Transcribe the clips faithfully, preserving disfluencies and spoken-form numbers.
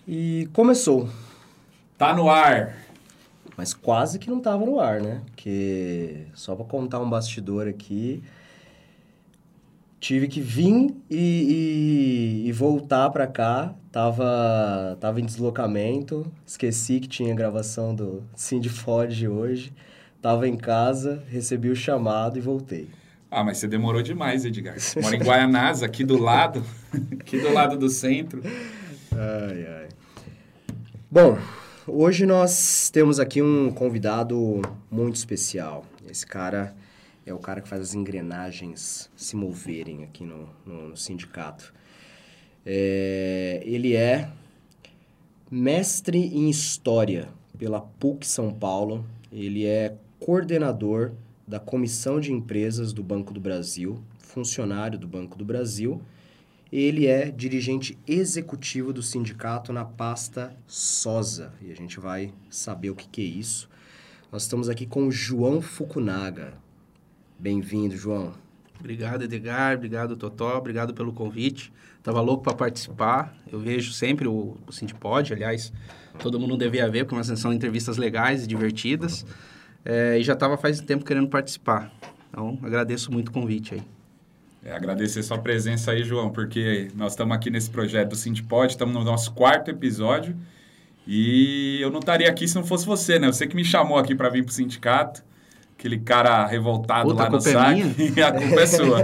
E começou. Tá no ar. Mas quase que não tava no ar, né? Porque, só pra contar um bastidor aqui, tive que vir e, e, e voltar pra cá. Tava, tava em deslocamento, esqueci que tinha gravação do Cindy Ford hoje. Tava em casa, recebi o chamado e voltei. Ah, mas você demorou demais, Edgar. Você mora em Guaianazes, aqui do lado, aqui do lado do centro. Ai, ai. Bom, hoje nós temos aqui um convidado muito especial. Esse cara é o cara que faz as engrenagens se moverem aqui no, no, no sindicato. É, ele é mestre em História pela P U C São Paulo. Ele é coordenador da Comissão de Empresas do Banco do Brasil, funcionário do Banco do Brasil. Ele é dirigente executivo do sindicato na pasta SOSA. E a gente vai saber o que, que é isso. Nós estamos aqui com o João Fukunaga. Bem-vindo, João. Obrigado, Edgar. Obrigado, Totó. Obrigado pelo convite. Tava louco para participar. Eu vejo sempre o, o Sindipod. Aliás, todo mundo devia ver, porque são entrevistas legais e divertidas. É, e já estava faz tempo querendo participar. Então, agradeço muito o convite aí. É, agradecer sua presença aí, João, porque nós estamos aqui nesse projeto do Sindipod, estamos no nosso quarto episódio e eu não estaria aqui se não fosse você, né? Você que me chamou aqui para vir para o sindicato, aquele cara revoltado Puta, lá no S A C, a culpa é sua.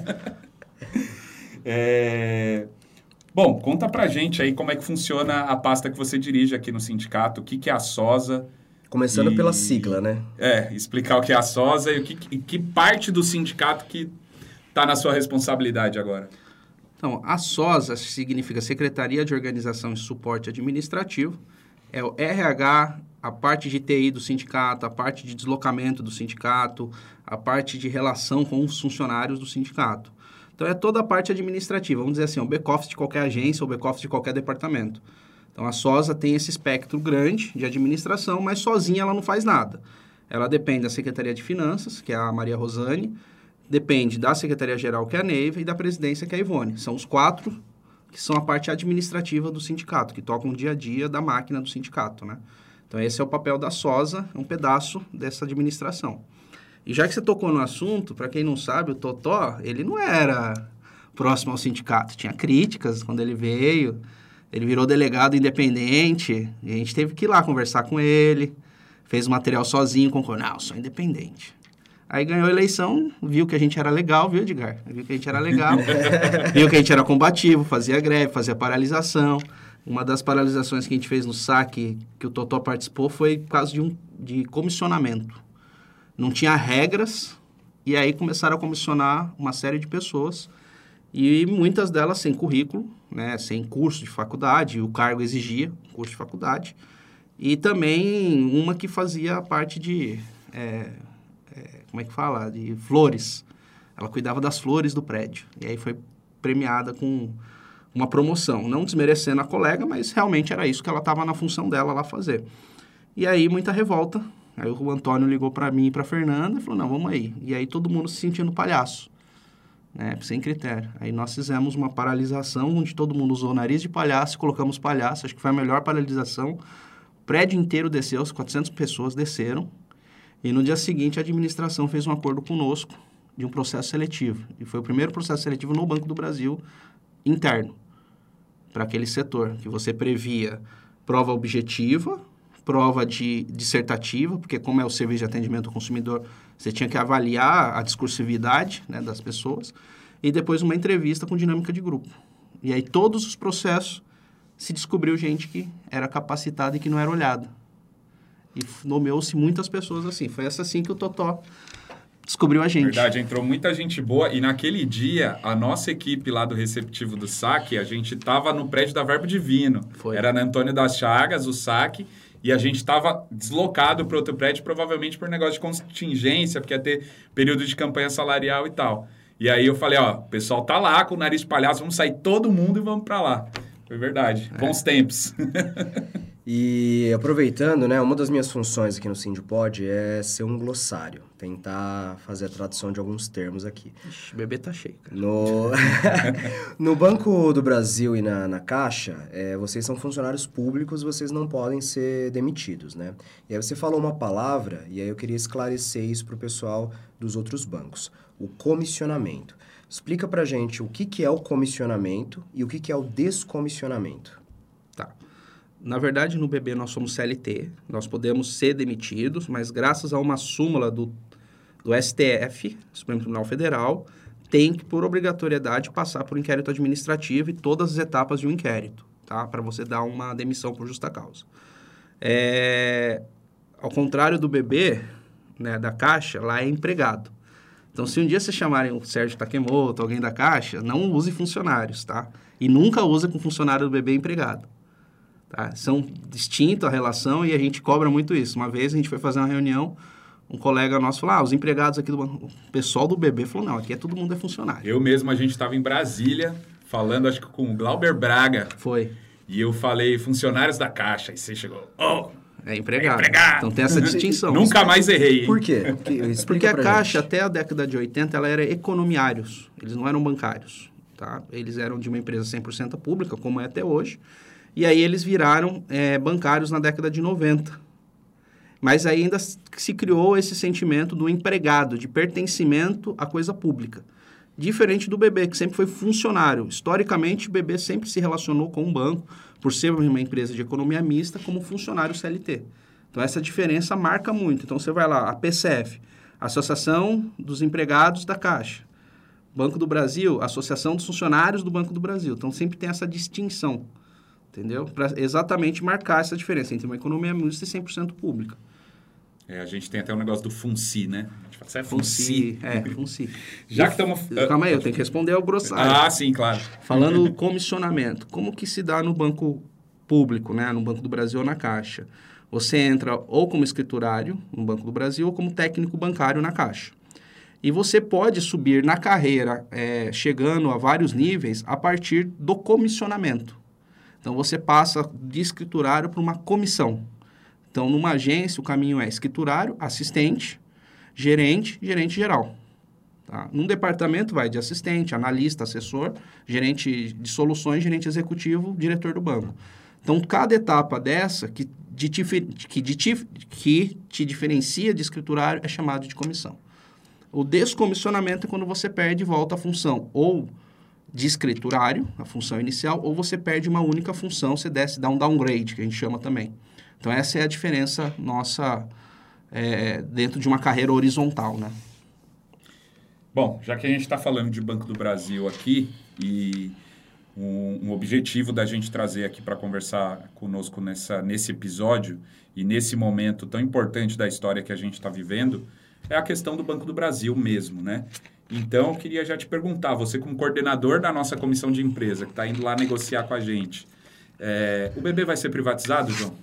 é... Bom, conta pra gente aí como é que funciona a pasta que você dirige aqui no sindicato, o que, que é a SOSA. Começando e... pela sigla, né? É, explicar o que é a SOSA e o que, que parte do sindicato que está na sua responsabilidade agora. Então, a SOSA significa Secretaria de Organização e Suporte Administrativo. É o R H, a parte de T I do sindicato, a parte de deslocamento do sindicato, a parte de relação com os funcionários do sindicato. Então, é toda a parte administrativa. Vamos dizer assim, o back-office de qualquer agência ou back-office de qualquer departamento. Então, a SOSA tem esse espectro grande de administração, mas sozinha ela não faz nada. Ela depende da Secretaria de Finanças, que é a Maria Rosane, depende da Secretaria-Geral, que é a Neiva, e da Presidência, que é a Ivone. São os quatro que são a parte administrativa do sindicato, que tocam o dia a dia da máquina do sindicato, né? Então, esse é o papel da SOSA, é um pedaço dessa administração. E já que você tocou no assunto, para quem não sabe, o Totó, ele não era próximo ao sindicato. Tinha críticas quando ele veio, ele virou delegado independente, e a gente teve que ir lá conversar com ele, fez o material sozinho, concordou, não, sou independente. Aí ganhou a eleição, viu que a gente era legal, viu, Edgar? Viu que a gente era legal, viu que a gente era combativo, fazia greve, fazia paralisação. Uma das paralisações que a gente fez no S A C, que o Totó participou, foi por causa de, um, de comissionamento. Não tinha regras, e aí começaram a comissionar uma série de pessoas, e muitas delas sem currículo, né, sem curso de faculdade, o cargo exigia curso de faculdade, e também uma que fazia a parte de... É, É, como é que fala? De flores. Ela cuidava das flores do prédio. E aí foi premiada com uma promoção. Não desmerecendo a colega, mas realmente era isso que ela estava na função dela lá fazer. E aí, muita revolta. Aí o Antônio ligou para mim e para a Fernanda e falou, não, vamos aí. E aí todo mundo se sentindo palhaço, né? Sem critério. Aí nós fizemos uma paralisação onde todo mundo usou o nariz de palhaço e colocamos palhaço. Acho que foi a melhor paralisação. O prédio inteiro desceu, as quatrocentas pessoas desceram. E no dia seguinte, a administração fez um acordo conosco de um processo seletivo. E foi o primeiro processo seletivo no Banco do Brasil interno, para aquele setor, que você previa prova objetiva, prova de dissertativa, porque como é o serviço de atendimento ao consumidor, você tinha que avaliar a discursividade, né, das pessoas, e depois uma entrevista com dinâmica de grupo. E aí todos os processos se descobriu gente que era capacitada e que não era olhada. E nomeou-se muitas pessoas assim. Foi essa assim que o Totó descobriu a gente. Verdade, entrou muita gente boa. E naquele dia, a nossa equipe lá do receptivo do S A C, a gente estava no prédio da Verbo Divino. Foi. Era na Antônio das Chagas, o S A C. E a gente estava deslocado para outro prédio, provavelmente por negócio de contingência, porque ia ter período de campanha salarial e tal. E aí eu falei, ó, o pessoal tá lá com o nariz de palhaço, vamos sair todo mundo e vamos para lá. Foi verdade. É. Bons tempos. E aproveitando, né, uma das minhas funções aqui no SindPod é ser um glossário, tentar fazer a tradução de alguns termos aqui. Ixi, o bebê tá cheio, cara. No, no Banco do Brasil e na, na Caixa, é, vocês são funcionários públicos, vocês não podem ser demitidos, né? E aí você falou uma palavra, e aí eu queria esclarecer isso para o pessoal dos outros bancos. O comissionamento. Explica pra gente o que, que é o comissionamento e o que, que é o descomissionamento. Tá. Na verdade, no B B nós somos C L T, nós podemos ser demitidos, mas graças a uma súmula do, do S T F, Supremo Tribunal Federal, tem que, por obrigatoriedade, passar por inquérito administrativo e todas as etapas de um inquérito, tá? Para você dar uma demissão por justa causa. É, ao contrário do B B, né, da Caixa, lá é empregado. Então, se um dia vocês chamarem o Sérgio Takemoto, alguém da Caixa, não use funcionários, tá? E nunca use com funcionário do B B empregado. Tá? São distintas a relação e a gente cobra muito isso. Uma vez a gente foi fazer uma reunião, um colega nosso falou, ah, os empregados aqui do banco, o pessoal do B B falou, não, aqui é todo mundo é funcionário. Eu mesmo, a gente estava em Brasília, falando, acho que com o Glauber Braga. Foi. E eu falei, funcionários da Caixa. E você chegou, oh... É empregado. É empregado. Então tem essa distinção. Nunca mais errei. Hein? Por quê? Porque a Caixa, gente. Até a década de oitenta, ela era economiários. Eles não eram bancários. Tá? Eles eram de uma empresa cem por cento pública, como é até hoje. E aí eles viraram é, bancários na década de noventa. Mas ainda se criou esse sentimento do empregado, de pertencimento à coisa pública. Diferente do B B, que sempre foi funcionário. Historicamente, o B B sempre se relacionou com um banco, por ser uma empresa de economia mista, como funcionário C L T. Então, essa diferença marca muito. Então, você vai lá, a P C F, Associação dos Empregados da Caixa. Banco do Brasil, Associação dos Funcionários do Banco do Brasil. Então, sempre tem essa distinção, entendeu? Para exatamente marcar essa diferença entre uma economia mista e cem por cento pública. É, a gente tem até um negócio do FUNCI, né? A gente fala, isso é FUNCI. É, FUNCI. Já que estamos... Calma aí, eu tenho que responder ao grossário. Ah, sim, claro. Falando do comissionamento, como que se dá no banco público, né? No Banco do Brasil ou na Caixa? Você entra ou como escriturário no Banco do Brasil ou como técnico bancário na Caixa. E você pode subir na carreira, é, chegando a vários níveis, a partir do comissionamento. Então, você passa de escriturário para uma comissão. Então, numa agência, o caminho é escriturário, assistente, gerente, gerente geral. Tá? Num departamento, vai de assistente, analista, assessor, gerente de soluções, gerente executivo, diretor do banco. Então, cada etapa dessa que, de, que, de, que te diferencia de escriturário é chamado de comissão. O descomissionamento é quando você perde e volta a função ou de escriturário, a função inicial, ou você perde uma única função, você desce, dá um downgrade, que a gente chama também. Então, essa é a diferença nossa é, dentro de uma carreira horizontal, né? Bom, já que a gente está falando de Banco do Brasil aqui, e um, um objetivo da gente trazer aqui para conversar conosco nessa, nesse episódio e nesse momento tão importante da história que a gente está vivendo, é a questão do Banco do Brasil mesmo, né? Então, eu queria já te perguntar, você como coordenador da nossa comissão de empresa, que está indo lá negociar com a gente, é, o B B vai ser privatizado, João?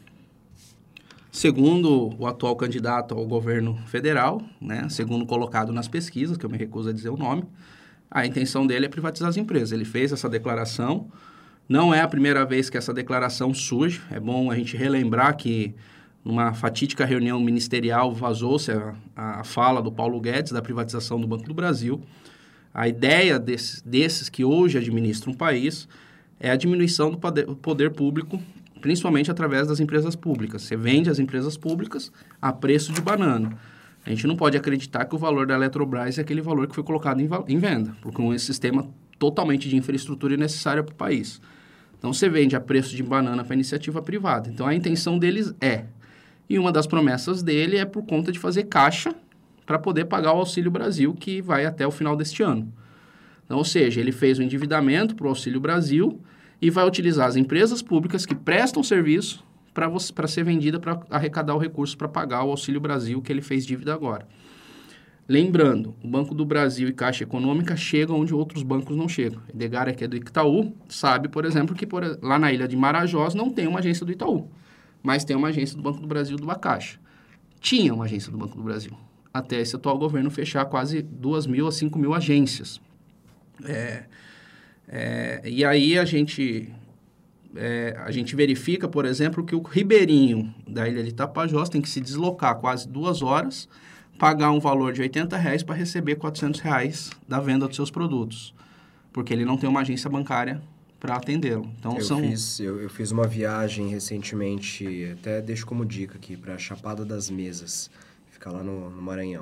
Segundo o atual candidato ao governo federal, né, segundo colocado nas pesquisas, que eu me recuso a dizer o nome, a intenção dele é privatizar as empresas. Ele fez essa declaração. Não é a primeira vez que essa declaração surge. É bom a gente relembrar que numa fatídica reunião ministerial vazou-se a, a fala do Paulo Guedes da privatização do Banco do Brasil. A ideia desses, desses que hoje administram o país é a diminuição do poder, poder público, principalmente através das empresas públicas. Você vende as empresas públicas a preço de banana. A gente não pode acreditar que o valor da Eletrobras é aquele valor que foi colocado em, em venda, porque é um sistema totalmente de infraestrutura necessária para o país. Então, você vende a preço de banana para iniciativa privada. Então, a intenção deles é, e uma das promessas dele é por conta de fazer caixa para poder pagar o Auxílio Brasil, que vai até o final deste ano. Então, ou seja, ele fez o endividamento para o Auxílio Brasil e vai utilizar as empresas públicas que prestam serviço para ser vendida para arrecadar o recurso para pagar o Auxílio Brasil que ele fez dívida agora. Lembrando, o Banco do Brasil e Caixa Econômica chegam onde outros bancos não chegam. Edgar, que é do Itaú, sabe, por exemplo, que por, lá na ilha de Marajós não tem uma agência do Itaú, mas tem uma agência do Banco do Brasil e do Caixa. Tinha uma agência do Banco do Brasil, até esse atual governo fechar quase duas mil a cinco mil agências. É, é, e aí a gente... é, a gente verifica, por exemplo, que o ribeirinho da ilha de Tapajós tem que se deslocar quase duas horas, pagar um valor de oitenta reais para receber quatrocentos reais da venda dos seus produtos, porque ele não tem uma agência bancária para atendê-lo. Então, eu, são... fiz, eu, eu fiz uma viagem recentemente, até deixo como dica aqui, para Chapada das Mesas, fica lá no, no Maranhão.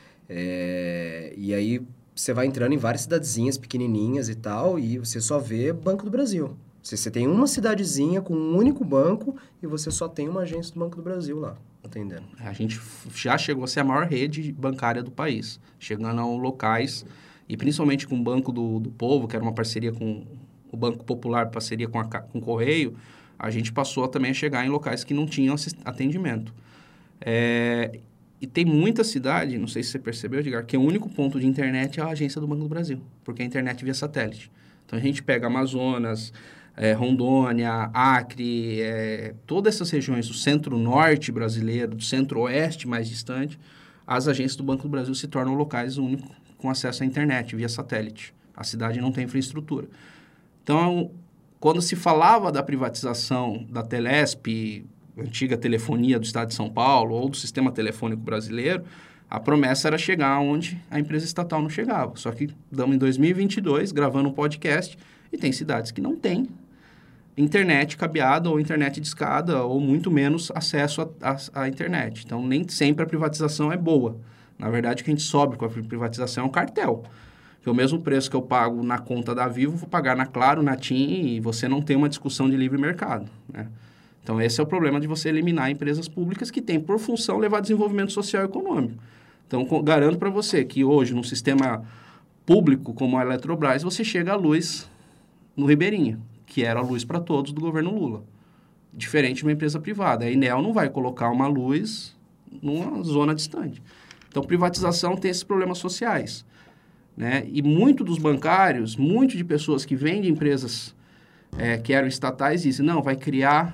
É, e aí você vai entrando em várias cidadezinhas pequenininhas e tal, e você só vê Banco do Brasil. Você, você tem uma cidadezinha com um único banco e você só tem uma agência do Banco do Brasil lá, atendendo. A gente já chegou a ser a maior rede bancária do país, chegando a locais, e principalmente com o Banco do, do Povo, que era uma parceria com o Banco Popular, parceria com, a, com o Correio, a gente passou também a chegar em locais que não tinham atendimento. É, e tem muita cidade, não sei se você percebeu, Edgar, que o único ponto de internet é a agência do Banco do Brasil, porque é a internet via satélite. Então, a gente pega Amazonas, é, Rondônia, Acre, é, todas essas regiões do centro-norte brasileiro, do centro-oeste mais distante, as agências do Banco do Brasil se tornam locais únicos com acesso à internet via satélite. A cidade não tem infraestrutura. Então, quando se falava da privatização da Telesp, antiga telefonia do Estado de São Paulo, ou do sistema telefônico brasileiro, a promessa era chegar onde a empresa estatal não chegava. Só que estamos em dois mil e vinte e dois, gravando um podcast, e tem cidades que não têm internet cabeada ou internet discada, ou muito menos acesso à internet. Então, nem sempre a privatização é boa. Na verdade, o que a gente sobe com a privatização é um cartel. Que o mesmo preço que eu pago na conta da Vivo, vou pagar na Claro, na TIM, e você não tem uma discussão de livre mercado, né? Então, esse é o problema de você eliminar empresas públicas que têm por função levar desenvolvimento social e econômico. Então, garanto para você que hoje, num sistema público como a Eletrobras, você chega à luz no Ribeirinho, que era a luz para todos do governo Lula. Diferente de uma empresa privada. A Enel não vai colocar uma luz numa zona distante. Então, privatização tem esses problemas sociais, né? E muito dos bancários, muito de pessoas que vêm de empresas é, que eram estatais, dizem, não, vai criar...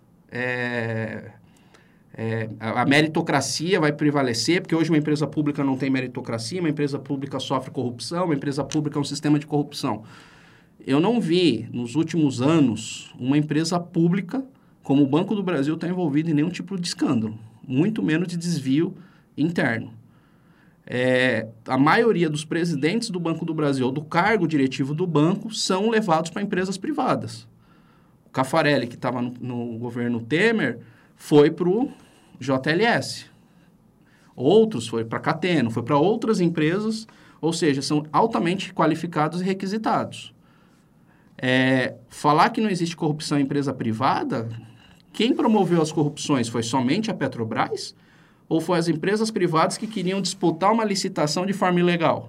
É, é, a meritocracia vai prevalecer, porque hoje uma empresa pública não tem meritocracia, uma empresa pública sofre corrupção, uma empresa pública é um sistema de corrupção. Eu não vi, nos últimos anos, uma empresa pública, como o Banco do Brasil, estar envolvida em nenhum tipo de escândalo, muito menos de desvio interno. É, a maioria dos presidentes do Banco do Brasil, ou do cargo diretivo do banco, são levados para empresas privadas. O Caffarelli, que estava no, no governo Temer, foi para o J L S. Outros foi para a Cateno, foi para outras empresas, ou seja, são altamente qualificados e requisitados. É, falar que não existe corrupção em empresa privada, quem promoveu as corrupções foi somente a Petrobras? Ou foi as empresas privadas que queriam disputar uma licitação de forma ilegal?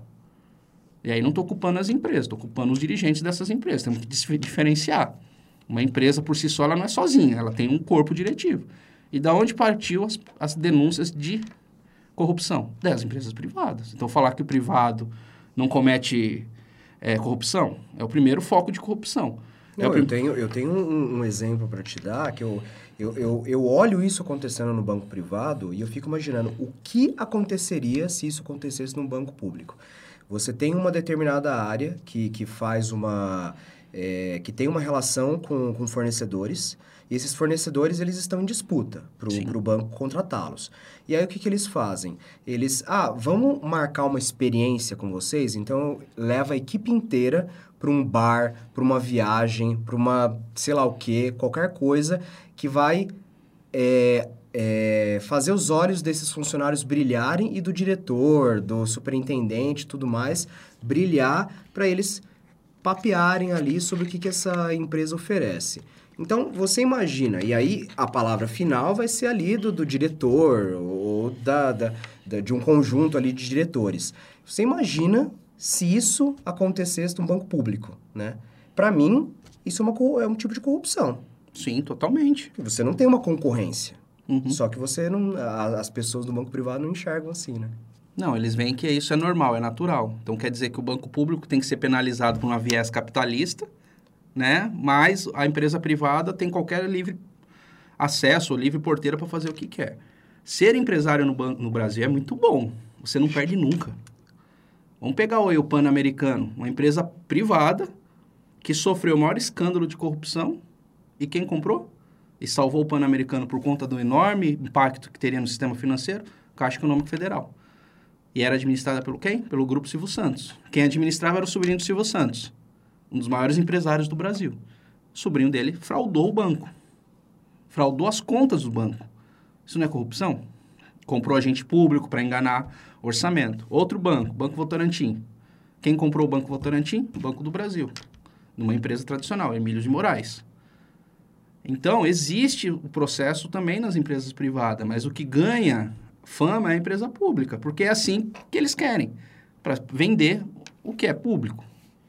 E aí não estou culpando as empresas, estou culpando os dirigentes dessas empresas. Temos que diferenciar. Uma empresa por si só ela não é sozinha, ela tem um corpo diretivo. E da onde partiu as, as denúncias de corrupção? Das empresas privadas. Então, falar que o privado não comete é, corrupção é o primeiro foco de corrupção. Não, é prim... eu tenho, eu tenho um, um exemplo para te dar, que eu, eu, eu, eu olho isso acontecendo no banco privado e eu fico imaginando o que aconteceria se isso acontecesse num banco público. Você tem uma determinada área que, que faz uma... É, que tem uma relação com, com fornecedores, e esses fornecedores eles estão em disputa para o banco contratá-los. E aí o que, que eles fazem? Eles, ah, vamos marcar uma experiência com vocês? Então leva a equipe inteira para um bar, para uma viagem, para uma sei lá o quê, qualquer coisa que vai é, é, fazer os olhos desses funcionários brilharem e do diretor, do superintendente e tudo mais, brilhar para eles papearem ali sobre o que, que essa empresa oferece. Então, você imagina, e aí a palavra final vai ser ali do, do diretor ou da, da, da, de um conjunto ali de diretores. Você imagina se isso acontecesse num banco público, né? Para mim, isso é, uma, é um tipo de corrupção. Sim, totalmente. Você não tem uma concorrência. Uhum. Só que você não, a, as pessoas do banco privado não enxergam assim, né? Não, eles veem que isso é normal, é natural. Então, quer dizer que o banco público tem que ser penalizado por uma viés capitalista, né? Mas a empresa privada tem qualquer livre acesso, ou livre porteira para fazer o que quer. Ser empresário no, no Brasil é muito bom. Você não perde nunca. Vamos pegar o Pan-Americano, uma empresa privada que sofreu o maior escândalo de corrupção E quem comprou? E salvou o Pan-Americano por conta do enorme impacto que teria no sistema financeiro? Caixa Econômica Federal. E era administrada pelo quem? Pelo Grupo Silvio Santos. Quem administrava era o sobrinho do Silvio Santos, um dos maiores empresários do Brasil. O sobrinho dele fraudou o banco. Fraudou as contas do banco. Isso não é corrupção? Comprou agente público para enganar orçamento. Outro banco, Banco Votorantim. Quem comprou o Banco Votorantim? O Banco do Brasil. Numa empresa tradicional, Emílio de Moraes. Então, existe o processo também nas empresas privadas, mas o que ganha fama é a empresa pública, porque é assim que eles querem, para vender o que é público.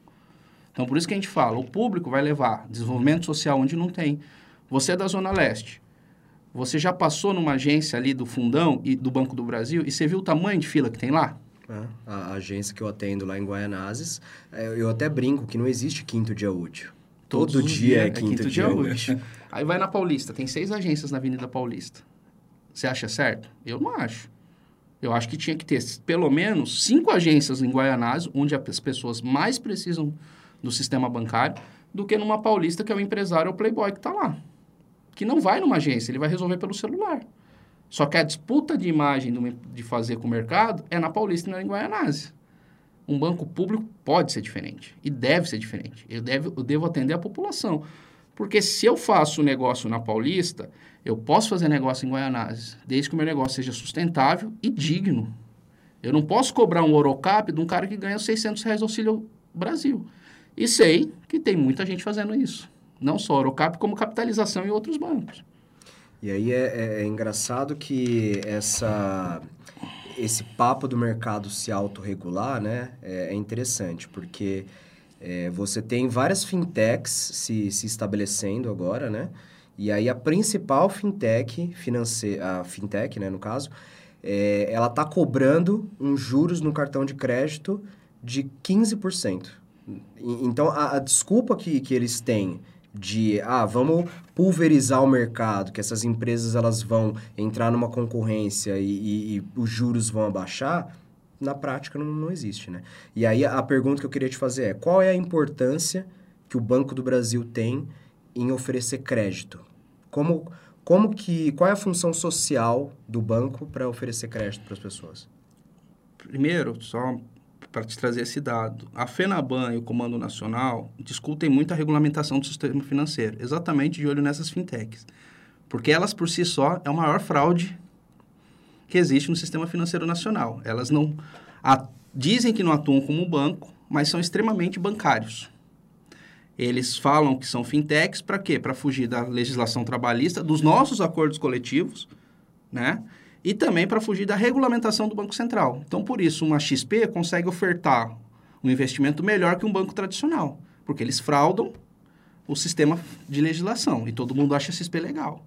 Então, por isso que a gente fala, o público vai levar desenvolvimento social onde não tem. Você é da Zona Leste, você já passou numa agência ali do Fundão e do Banco do Brasil e você viu o tamanho de fila que tem lá? É, a agência que eu atendo lá em Guaianazes, eu até brinco que não existe quinto dia útil. Todos Todo os dia dias é quinto, quinto dia, dia útil. Aí vai na Paulista, tem seis agências na Avenida Paulista. Você acha certo? Eu não acho. Eu acho que tinha que ter pelo menos cinco agências em Guaianazes, onde as pessoas mais precisam do sistema bancário, do que numa Paulista, que é o empresário ou o playboy que está lá. Que não vai numa agência, ele vai resolver pelo celular. Só que a disputa de imagem de fazer com o mercado é na Paulista e não é em Guaianazes. Um banco público pode ser diferente e deve ser diferente. Eu, deve, eu devo atender a população. Porque se eu faço negócio na Paulista, eu posso fazer negócio em Guaianazes, desde que o meu negócio seja sustentável e digno. Eu não posso cobrar um Orocap de um cara que ganha seiscentos reais Auxílio Brasil. E sei que tem muita gente fazendo isso. Não só Orocap, como capitalização em outros bancos. E aí é, é, é engraçado que essa... esse papo do mercado se autorregular, né, é, é interessante, porque é, você tem várias fintechs se, se estabelecendo agora, né, e aí a principal fintech, financeira, a fintech, né, no caso, é, ela está cobrando uns juros no cartão de crédito de quinze por cento. Então, a, a desculpa que, que eles têm de, ah, vamos pulverizar o mercado, que essas empresas elas vão entrar numa concorrência e, e, e os juros vão abaixar, na prática não, não existe, né? E aí a pergunta que eu queria te fazer é, qual é a importância que o Banco do Brasil tem em oferecer crédito? Como, como que, qual é a função social do banco para oferecer crédito para as pessoas? Primeiro, só para te trazer esse dado, a FENABAN e o Comando Nacional discutem muito a regulamentação do sistema financeiro, exatamente de olho nessas fintechs, porque elas por si só é a maior fraude que existe no sistema financeiro nacional. Elas não a, dizem que não atuam como banco, mas são extremamente bancários. Eles falam que são fintechs para quê? Para fugir da legislação trabalhista, dos nossos acordos coletivos, né? E também para fugir da regulamentação do Banco Central. Então, por isso, uma X P consegue ofertar um investimento melhor que um banco tradicional, porque eles fraudam o sistema de legislação e todo mundo acha a X P legal.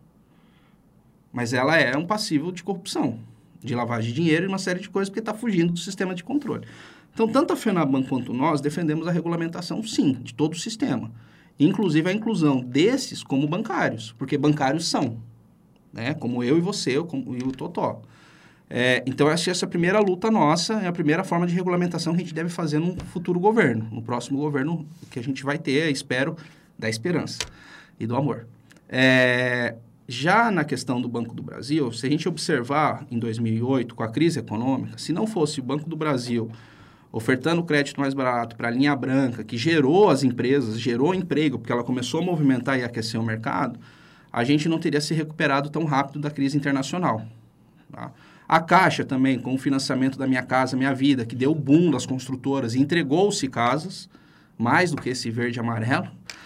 Mas ela é um passivo de corrupção, de lavagem de dinheiro e uma série de coisas, porque está fugindo do sistema de controle. Então, tanto a FENABAN quanto nós defendemos a regulamentação, sim, de todo o sistema. Inclusive a inclusão desses como bancários, porque bancários são, né? Como eu e você, eu, como, e o Totó. É, então, acho que essa é a primeira luta nossa, é a primeira forma de regulamentação que a gente deve fazer no futuro governo, no próximo governo que a gente vai ter, espero, da esperança e do amor. É, já na questão do Banco do Brasil, se a gente observar em dois mil e oito, com a crise econômica, se não fosse o Banco do Brasil ofertando crédito mais barato para a linha branca, que gerou as empresas, gerou emprego, porque ela começou a movimentar e aquecer o mercado, a gente não teria se recuperado tão rápido da crise internacional. Tá? A Caixa também, com o financiamento da Minha Casa Minha Vida, que deu o boom das construtoras e entregou-se casas, mais do que esse verde e amarelo,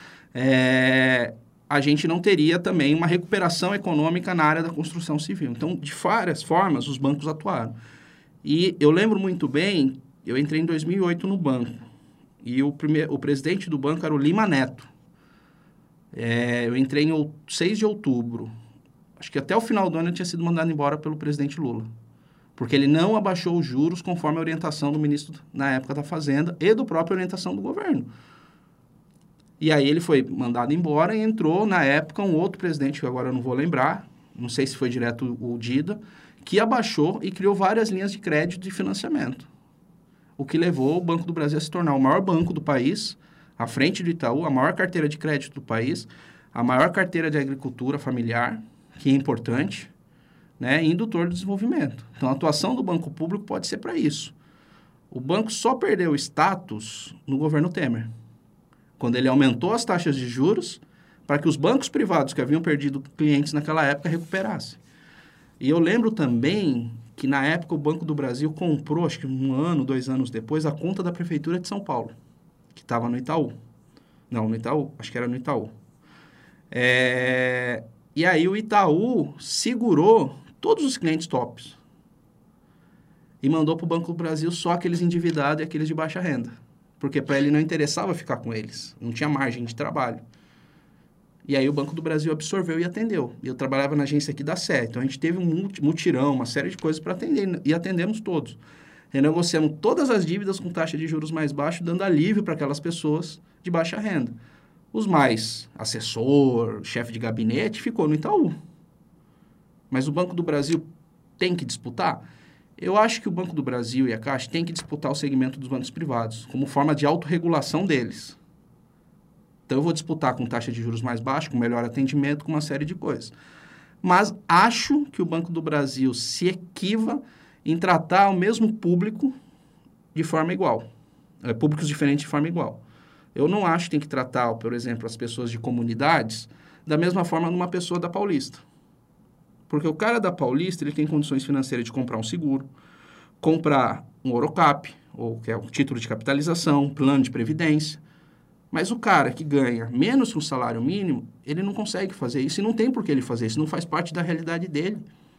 é, a gente não teria também uma recuperação econômica na área da construção civil. Então, de várias formas, os bancos atuaram. E eu lembro muito bem, eu entrei em dois mil e oito no banco, e o, primeir, o presidente do banco era o Lima Neto. É, eu entrei em seis de outubro. Acho que até o final do ano eu tinha sido mandado embora pelo presidente Lula. Porque ele não abaixou os juros conforme a orientação do ministro, na época, da Fazenda e do própria orientação do governo. E aí ele foi mandado embora e entrou, na época, um outro presidente, que agora eu não vou lembrar, não sei se foi direto o Dida, que abaixou e criou várias linhas de crédito e financiamento. O que levou o Banco do Brasil a se tornar o maior banco do país, à frente do Itaú, a maior carteira de crédito do país, a maior carteira de agricultura familiar, que é importante, né, e indutor do desenvolvimento. Então, a atuação do banco público pode ser para isso. O banco só perdeu status no governo Temer, quando ele aumentou as taxas de juros para que os bancos privados que haviam perdido clientes naquela época recuperassem. E eu lembro também que, na época, o Banco do Brasil comprou, acho que um ano, dois anos depois, a conta da Prefeitura de São Paulo, que estava no Itaú. Não, no Itaú, acho que era no Itaú. É... E aí o Itaú segurou todos os clientes tops e mandou para o Banco do Brasil só aqueles endividados e aqueles de baixa renda. Porque para ele não interessava ficar com eles, não tinha margem de trabalho. E aí o Banco do Brasil absorveu e atendeu. Eu trabalhava na agência aqui da Sé, então a gente teve um mutirão, uma série de coisas para atender, e atendemos todos. Renegociamos todas as dívidas com taxa de juros mais baixa, dando alívio para aquelas pessoas de baixa renda. Os mais assessor, chefe de gabinete, ficou no Itaú. Mas o Banco do Brasil tem que disputar? Eu acho que o Banco do Brasil e a Caixa têm que disputar o segmento dos bancos privados, como forma de autorregulação deles. Então, eu vou disputar com taxa de juros mais baixa, com melhor atendimento, com uma série de coisas. Mas acho que o Banco do Brasil se equiva em tratar o mesmo público de forma igual. É, públicos diferentes de forma igual. Eu não acho que tem que tratar, por exemplo, as pessoas de comunidades da mesma forma numa pessoa da Paulista. Porque o cara da Paulista, ele tem condições financeiras de comprar um seguro, comprar um Orocap, ou que é um título de capitalização, um plano de previdência. Mas o cara que ganha menos que um salário mínimo, ele não consegue fazer isso e não tem por que ele fazer isso, não faz parte da realidade dele.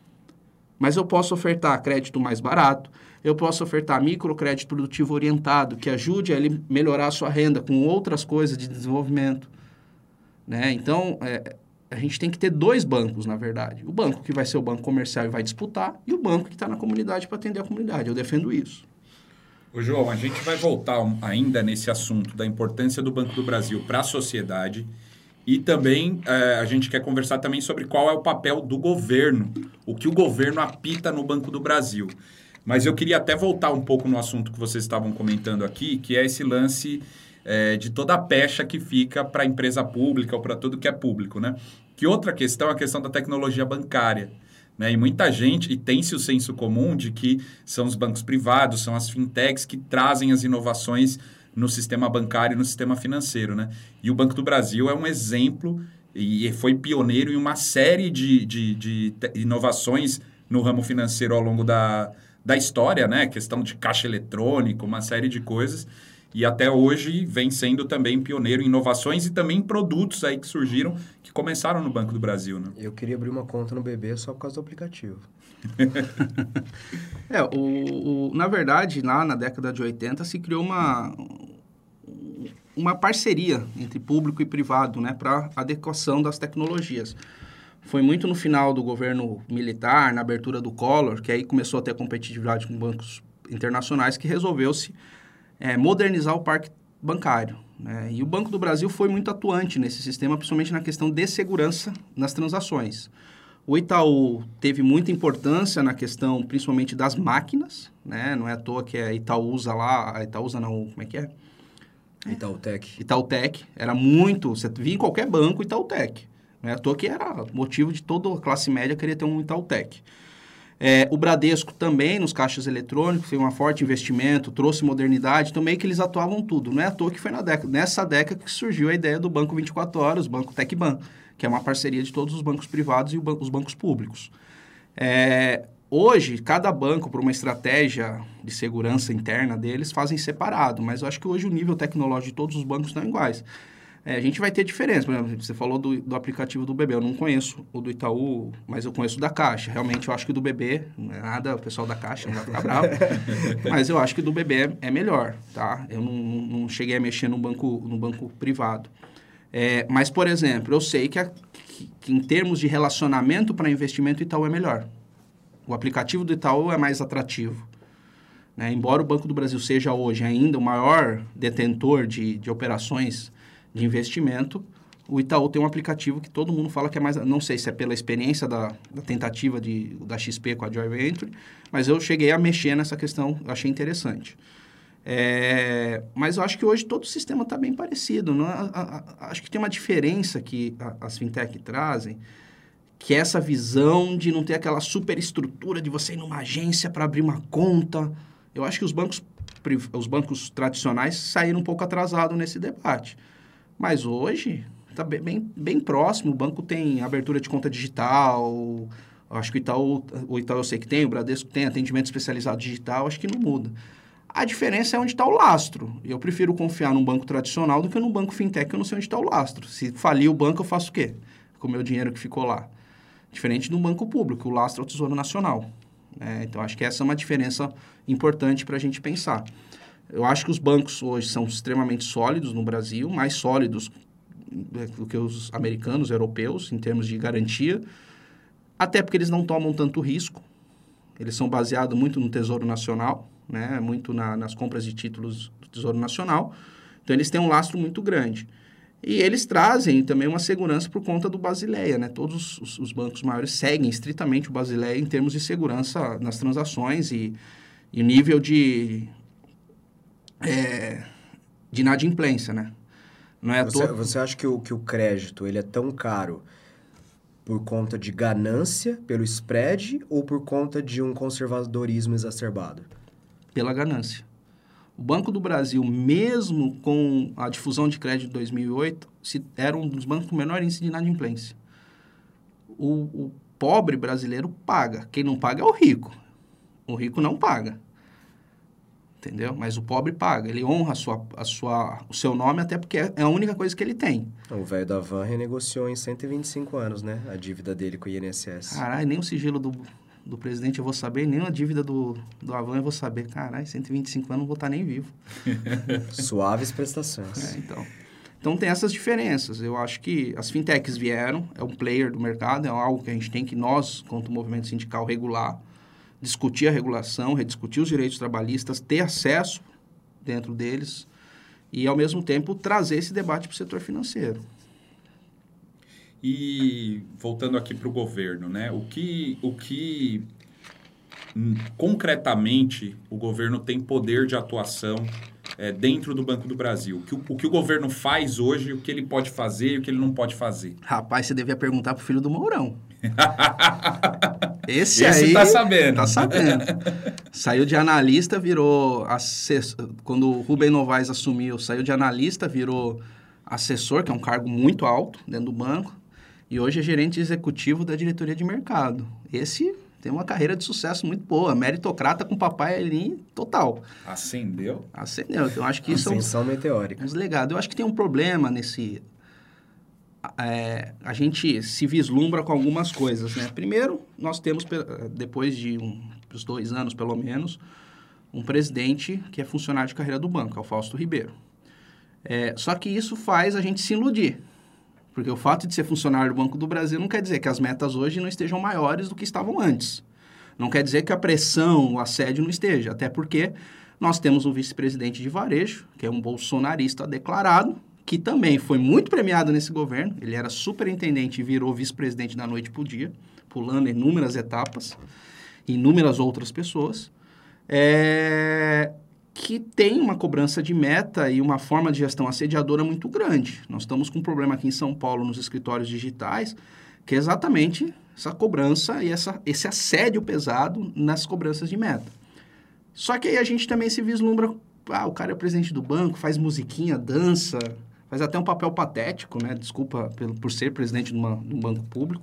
Mas eu posso ofertar crédito mais barato, eu posso ofertar microcrédito produtivo orientado, que ajude a ele melhorar a sua renda com outras coisas de desenvolvimento. Né? Então, é, a gente tem que ter dois bancos, na verdade. O banco que vai ser o banco comercial e vai disputar, e o banco que está na comunidade para atender a comunidade. Eu defendo isso. Ô, João, a gente vai voltar um, ainda nesse assunto da importância do Banco do Brasil para a sociedade e também é, a gente quer conversar também sobre qual é o papel do governo, o que o governo apita no Banco do Brasil. Mas eu queria até voltar um pouco no assunto que vocês estavam comentando aqui, que é esse lance é, de toda a pecha que fica para a empresa pública ou para tudo que é público, né? Que outra questão é a questão da tecnologia bancária. Né? E muita gente, e tem-se o senso comum de que são os bancos privados, são as fintechs que trazem as inovações no sistema bancário e no sistema financeiro. Né? E o Banco do Brasil é um exemplo e foi pioneiro em uma série de, de, de inovações no ramo financeiro ao longo da, da história, né? Questão de caixa eletrônico, uma série de coisas. E até hoje vem sendo também pioneiro em inovações e também em produtos aí que surgiram, que começaram no Banco do Brasil, né? Eu queria abrir uma conta no B B só por causa do aplicativo. é, o, o, na verdade, lá na década de oitenta se criou uma, uma parceria entre público e privado, né, para adequação das tecnologias. Foi muito no final do governo militar, na abertura do Collor, que aí começou a ter competitividade com bancos internacionais, que resolveu-se É, modernizar o parque bancário. Né? E o Banco do Brasil foi muito atuante nesse sistema, principalmente na questão de segurança nas transações. O Itaú teve muita importância na questão, principalmente das máquinas, né? Não é à toa que a Itaúsa lá, a Itaúsa não, como é que é? Itautec. Itautec, era muito, você via em qualquer banco Itautec. Não é à toa que era motivo de toda a classe média querer ter um Itautec. É, o Bradesco também, nos caixas eletrônicos, fez um forte investimento, trouxe modernidade, também que eles atuavam tudo. Não é à toa que foi na década, nessa década que surgiu a ideia do Banco vinte e quatro horas, o Banco Tecban, que é uma parceria de todos os bancos privados e os bancos públicos. É, hoje, cada banco, por uma estratégia de segurança interna deles, fazem separado, mas eu acho que hoje o nível tecnológico de todos os bancos estão iguais. É, a gente vai ter diferença. Por exemplo, você falou do, do aplicativo do B B. Eu não conheço o do Itaú, mas eu conheço o da Caixa. Realmente, eu acho que o do B B, não é nada, o pessoal da Caixa não vai ficar bravo, mas eu acho que o do B B é melhor, tá? Eu não, não cheguei a mexer no banco, no banco privado. É, mas, por exemplo, eu sei que, a, que, que em termos de relacionamento para investimento, o Itaú é melhor. O aplicativo do Itaú é mais atrativo. Né? Embora o Banco do Brasil seja hoje ainda o maior detentor de, de operações de investimento, o Itaú tem um aplicativo que todo mundo fala que é mais... Não sei se é pela experiência da, da tentativa de, da X P com a Joy Venture, mas eu cheguei a mexer nessa questão, eu achei interessante. É, mas eu acho que hoje todo o sistema está bem parecido. Não? A, a, a, acho que tem uma diferença que a, as fintech trazem, que é essa visão de não ter aquela superestrutura de você ir numa agência para abrir uma conta. Eu acho que os bancos, os bancos tradicionais saíram um pouco atrasados nesse debate. Mas hoje está bem, bem, bem próximo. O banco tem abertura de conta digital. Acho que o Itaú, o Itaú eu sei que tem, o Bradesco tem atendimento especializado digital. Acho que não muda. A diferença é onde está o lastro. Eu prefiro confiar num banco tradicional do que num banco fintech, que eu não sei onde está o lastro. Se falir o banco, eu faço o quê? Com o meu dinheiro que ficou lá. Diferente do banco público, o lastro é o Tesouro Nacional. É, então, acho que essa é uma diferença importante para a gente pensar. Eu acho que os bancos hoje são extremamente sólidos no Brasil, mais sólidos do que os americanos, europeus, em termos de garantia, até porque eles não tomam tanto risco. Eles são baseados muito no Tesouro Nacional, né? Muito na, nas compras de títulos do Tesouro Nacional. Então, eles têm um lastro muito grande. E eles trazem também uma segurança por conta do Basileia, né? Todos os, os bancos maiores seguem estritamente o Basileia em termos de segurança nas transações e, e nível de, é, de inadimplência, né? Não é você, todo... você acha que o, que o crédito ele é tão caro por conta de ganância, pelo spread, ou por conta de um conservadorismo exacerbado? Pela ganância. O Banco do Brasil, mesmo com a difusão de crédito de dois mil e oito, se, era um dos bancos com menor índice de inadimplência. O, o pobre brasileiro paga. Quem não paga é o rico. O rico não paga. Entendeu? Mas o pobre paga. Ele honra a sua, a sua, o seu nome, até porque é a única coisa que ele tem. O velho da van renegociou em cento e vinte e cinco anos, né? A dívida dele com o I N S S. Caralho, nem o sigilo do... do presidente eu vou saber, nem a dívida do, do Avan eu vou saber. Caralho, cento e vinte e cinco anos eu não vou estar nem vivo. Suaves prestações. É, então. Então, tem essas diferenças. Eu acho que as fintechs vieram, é um player do mercado, é algo que a gente tem que, nós, quanto movimento sindical, regular, discutir a regulação, rediscutir os direitos trabalhistas, ter acesso dentro deles e, ao mesmo tempo, trazer esse debate para o setor financeiro. E voltando aqui para o governo, né? O que, o que hum, concretamente o governo tem poder de atuação é, dentro do Banco do Brasil? O que o, o que o governo faz hoje, o que ele pode fazer e o que ele não pode fazer? Rapaz, você devia perguntar pro filho do Mourão. Esse, Esse aí... tá sabendo. Tá sabendo. Saiu de analista, virou... Assessor... Quando o Rubem Novaes assumiu, saiu de analista, virou assessor, que é um cargo muito alto dentro do banco. E hoje é gerente executivo da diretoria de mercado. Esse tem uma carreira de sucesso muito boa, meritocrata com papai ali total. Ascendeu? Ascendeu. Então, acho que isso Ascensão meteórica. Uns legados. Eu acho que tem um problema nesse... É, a gente se vislumbra com algumas coisas, né? Primeiro, nós temos, depois de um, uns dois anos, pelo menos, um presidente que é funcionário de carreira do banco, é o Fausto Ribeiro. É, só que isso faz a gente se iludir. Porque o fato de ser funcionário do Banco do Brasil não quer dizer que as metas hoje não estejam maiores do que estavam antes. Não quer dizer que a pressão, o assédio não esteja. Até porque nós temos um vice-presidente de varejo, que é um bolsonarista declarado, que também foi muito premiado nesse governo. Ele era superintendente e virou vice-presidente da noite para o dia, pulando inúmeras etapas, inúmeras outras pessoas. É... que tem uma cobrança de meta e uma forma de gestão assediadora muito grande. Nós estamos com um problema aqui em São Paulo, nos escritórios digitais, que é exatamente essa cobrança e essa, esse assédio pesado nas cobranças de meta. Só que aí a gente também se vislumbra, ah, o cara é presidente do banco, faz musiquinha, dança, faz até um papel patético, né? Desculpa pelo, por ser presidente de, uma, de um banco público.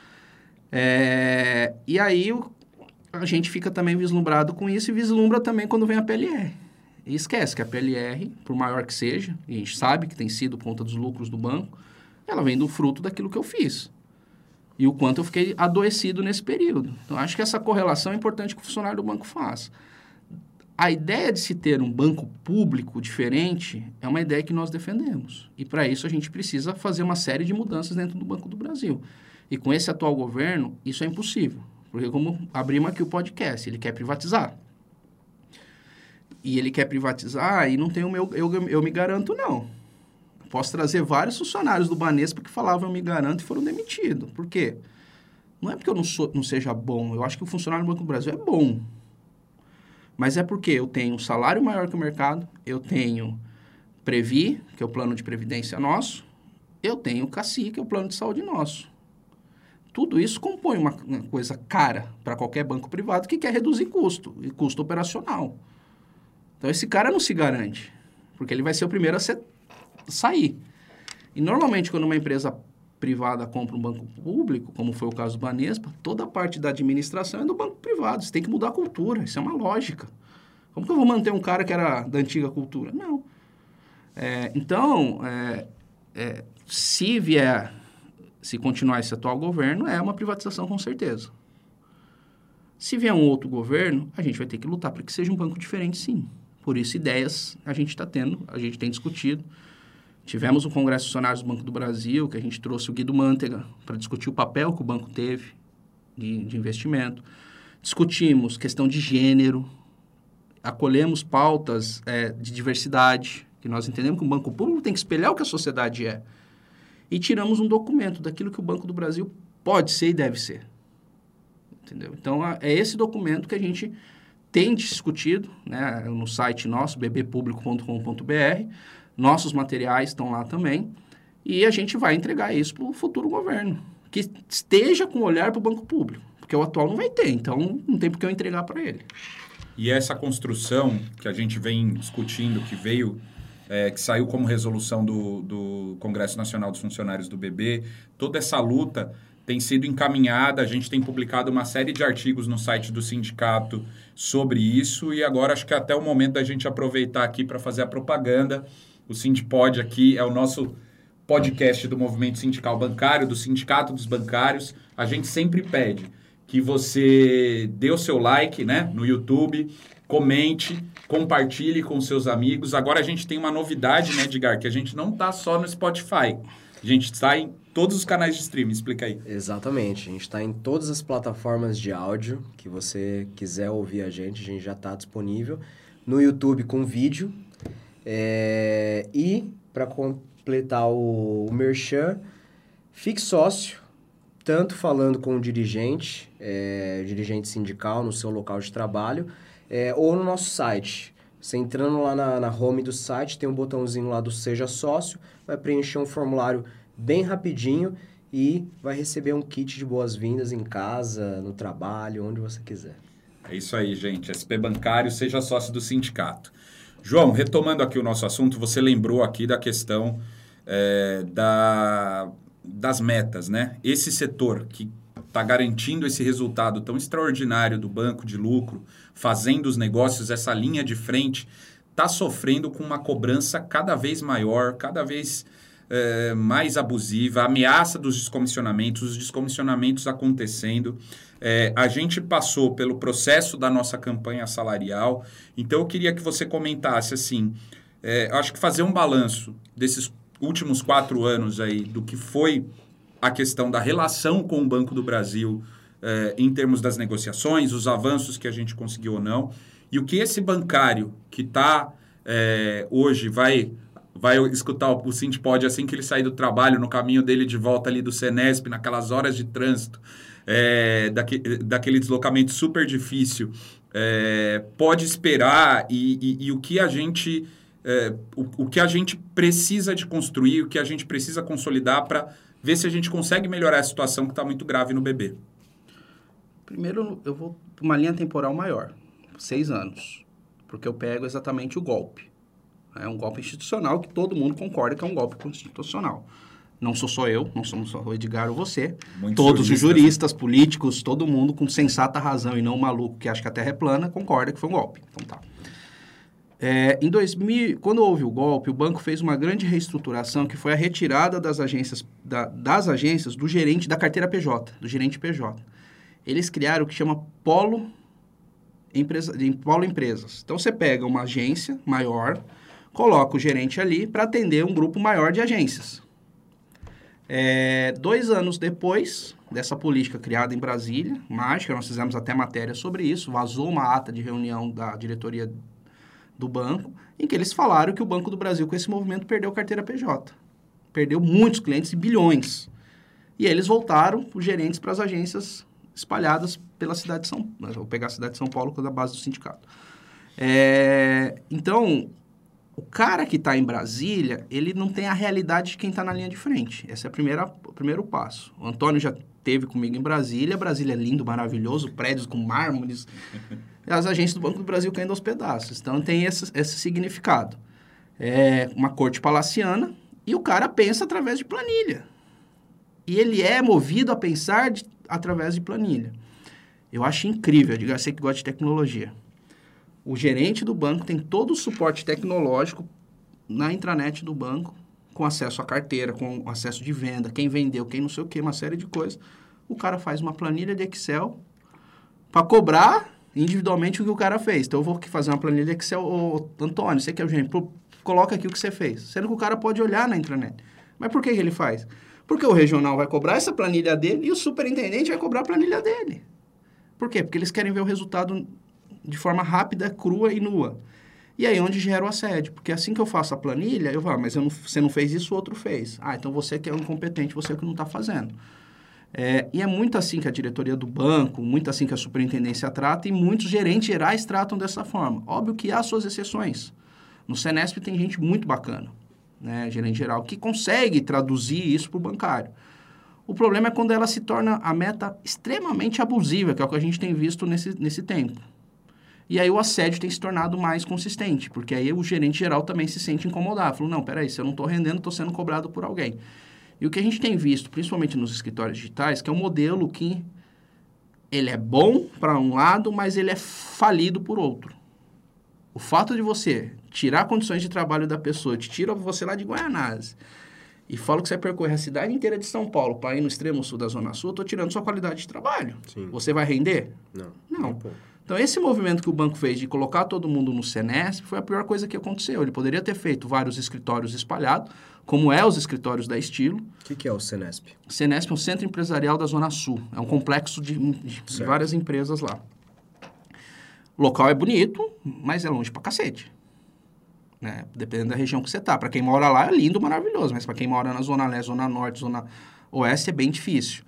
É, e aí a gente fica também vislumbrado com isso e vislumbra também quando vem a P L R. E esquece que a P L R, por maior que seja, e a gente sabe que tem sido por conta dos lucros do banco, ela vem do fruto daquilo que eu fiz. E o quanto eu fiquei adoecido nesse período. Então, acho que essa correlação é importante que o funcionário do banco faça. A ideia de se ter um banco público diferente é uma ideia que nós defendemos. E, para isso, a gente precisa fazer uma série de mudanças dentro do Banco do Brasil. E, com esse atual governo, isso é impossível. Porque, como abrimos aqui o podcast, ele quer privatizar. E ele quer privatizar e não tem o meu... Eu, eu me garanto, não. Posso trazer vários funcionários do Banespa que falavam eu me garanto e foram demitidos. Por quê? Não é porque eu não, sou, não seja bom. Eu acho que o funcionário do Banco do Brasil é bom. Mas é porque eu tenho um salário maior que o mercado, eu tenho Previ, que é o plano de previdência nosso, eu tenho o CACI, que é o plano de saúde nosso. Tudo isso compõe uma, uma coisa cara para qualquer banco privado que quer reduzir custo, e custo operacional. Então, esse cara não se garante, porque ele vai ser o primeiro a ser, sair. E, normalmente, quando uma empresa privada compra um banco público, como foi o caso do Banespa, toda a parte da administração é do banco privado. Você tem que mudar a cultura, isso é uma lógica. Como que eu vou manter um cara que era da antiga cultura? Não. É, então, é, é, se vier, se continuar esse atual governo, é uma privatização com certeza. Se vier um outro governo, a gente vai ter que lutar para que seja um banco diferente, sim. Por isso, ideias a gente está tendo, a gente tem discutido. Tivemos o Congresso de Funcionários do Banco do Brasil, que a gente trouxe o Guido Mantega para discutir o papel que o banco teve de, de investimento. Discutimos questão de gênero, acolhemos pautas é, de diversidade, que nós entendemos que o banco público tem que espelhar o que a sociedade é. E tiramos um documento daquilo que o Banco do Brasil pode ser e deve ser. Entendeu? Então, é esse documento que a gente tem discutido, né, no site nosso, b b público ponto com ponto b r. Nossos materiais estão lá também. E a gente vai entregar isso para o futuro governo, que esteja com olhar para o banco público. Porque o atual não vai ter, então não tem por que eu entregar para ele. E essa construção que a gente vem discutindo, que veio... É, que saiu como resolução do, do Congresso Nacional dos Funcionários do B B, toda essa luta tem sido encaminhada, a gente tem publicado uma série de artigos no site do sindicato sobre isso, e agora acho que é até o momento da gente aproveitar aqui para fazer a propaganda. O Sindipod aqui é o nosso podcast do Movimento Sindical Bancário, do Sindicato dos Bancários. A gente sempre pede que você dê o seu like, né, no YouTube, comente, compartilhe com seus amigos. Agora a gente tem uma novidade, né, Edgar, que a gente não está só no Spotify. A gente está em todos os canais de streaming. Explica aí. Exatamente. A gente está em todas as plataformas de áudio que você quiser ouvir a gente. A gente já está disponível. No YouTube com vídeo. É... E, para completar o, o merchan, fique sócio, tanto falando com o dirigente, é, dirigente sindical no seu local de trabalho, É, ou no nosso site. Você entrando lá na, na home do site, tem um botãozinho lá do Seja Sócio, vai preencher um formulário bem rapidinho e vai receber um kit de boas-vindas em casa, no trabalho, onde você quiser. É isso aí, gente. S P Bancário, seja sócio do sindicato. João, retomando aqui o nosso assunto, você lembrou aqui da questão é, da, das metas, né? Esse setor que está garantindo esse resultado tão extraordinário do banco de lucro, fazendo os negócios, essa linha de frente, está sofrendo com uma cobrança cada vez maior, cada vez é, mais abusiva, a ameaça dos descomissionamentos, os descomissionamentos acontecendo. É, a gente passou pelo processo da nossa campanha salarial, então eu queria que você comentasse assim, é, acho que fazer um balanço desses últimos quatro anos aí, do que foi a questão da relação com o Banco do Brasil eh, em termos das negociações, os avanços que a gente conseguiu ou não, e o que esse bancário que está eh, hoje vai, vai escutar o Sindipod assim que ele sair do trabalho, no caminho dele de volta ali do Senesp, naquelas horas de trânsito, eh, daque, daquele deslocamento super difícil, eh, pode esperar e, e, e o que a gente... Eh, o, o que a gente precisa de construir, o que a gente precisa consolidar para ver se a gente consegue melhorar a situação que está muito grave no B B. Primeiro, eu vou para uma linha temporal maior, seis anos, porque eu pego exatamente o golpe. É um golpe institucional que todo mundo concorda que é um golpe constitucional. Não sou só eu, não somos só o Edgar ou você. Muitos Todos juristas, os juristas, políticos, todo mundo com sensata razão e não um maluco que acha que a Terra é plana, concorda que foi um golpe. Então tá. É, em dois mil, quando houve o golpe, o banco fez uma grande reestruturação, que foi a retirada das agências, da, das agências do gerente da carteira P J, do gerente P J. Eles criaram o que chama Polo, empresa, Polo Empresas. Então, você pega uma agência maior, coloca o gerente ali para atender um grupo maior de agências. É, dois anos depois dessa política criada em Brasília, mágica, nós fizemos até matéria sobre isso, vazou uma ata de reunião da diretoria do banco, em que eles falaram que o Banco do Brasil, com esse movimento, perdeu carteira P J. Perdeu muitos clientes e bilhões. E aí eles voltaram, os gerentes, para as agências espalhadas pela cidade de São Paulo. Vou pegar a cidade de São Paulo, que é da base do sindicato. É, então, o cara que está em Brasília, ele não tem a realidade de quem está na linha de frente. Esse é a primeira, o primeiro passo. O Antônio já esteve comigo em Brasília. Brasília é lindo, maravilhoso, prédios com mármores. As agências do Banco do Brasil caindo aos pedaços. Então, tem esse, esse significado. É uma corte palaciana e o cara pensa através de planilha. E ele é movido a pensar de, através de planilha. Eu acho incrível, eu sei que gosta de tecnologia. O gerente do banco tem todo o suporte tecnológico na intranet do banco, com acesso à carteira, com acesso de venda, quem vendeu, quem não sei o quê, uma série de coisas. O cara faz uma planilha de Excel para cobrar individualmente o que o cara fez. Então, eu vou aqui fazer uma planilha de Excel. Ô, Antônio, você que é o gerente, coloca aqui o que você fez. Sendo que o cara pode olhar na intranet. Mas por que que ele faz? Porque o regional vai cobrar essa planilha dele e o superintendente vai cobrar a planilha dele. Por quê? Porque eles querem ver o resultado de forma rápida, crua e nua. E aí, onde gera o assédio. Porque assim que eu faço a planilha, eu falo, mas eu não, você não fez isso, o outro fez. Ah, então você que é um incompetente, você que não está fazendo. É, e é muito assim que a diretoria do banco, muito assim que a superintendência trata, e muitos gerentes gerais tratam dessa forma. Óbvio que há suas exceções. No Senesp tem gente muito bacana, né, gerente geral, que consegue traduzir isso para o bancário. O problema é quando ela se torna a meta extremamente abusiva, que é o que a gente tem visto nesse, nesse tempo. E aí o assédio tem se tornado mais consistente, porque aí o gerente geral também se sente incomodado. Falou, não, peraí, se eu não estou rendendo, estou sendo cobrado por alguém. E o que a gente tem visto, principalmente nos escritórios digitais, que é um modelo que ele é bom para um lado, mas ele é falido por outro. O fato de você tirar condições de trabalho da pessoa, te tira você lá de Guaianazes, e fala que você percorre a cidade inteira de São Paulo para ir no extremo sul da Zona Sul, eu estou tirando sua qualidade de trabalho. Sim. Você vai render? Não. Não. Um então, esse movimento que o banco fez de colocar todo mundo no Senesp foi a pior coisa que aconteceu. Ele poderia ter feito vários escritórios espalhados, como é os escritórios da Estilo. O que, que é o Senesp? O Senesp é um centro empresarial da Zona Sul. É um complexo de, de, de várias empresas lá. O local é bonito, mas é longe pra cacete. Né? Dependendo da região que você tá. Para quem mora lá é lindo, maravilhoso, mas para quem mora na Zona Leste, Zona Norte, Zona Oeste é bem difícil.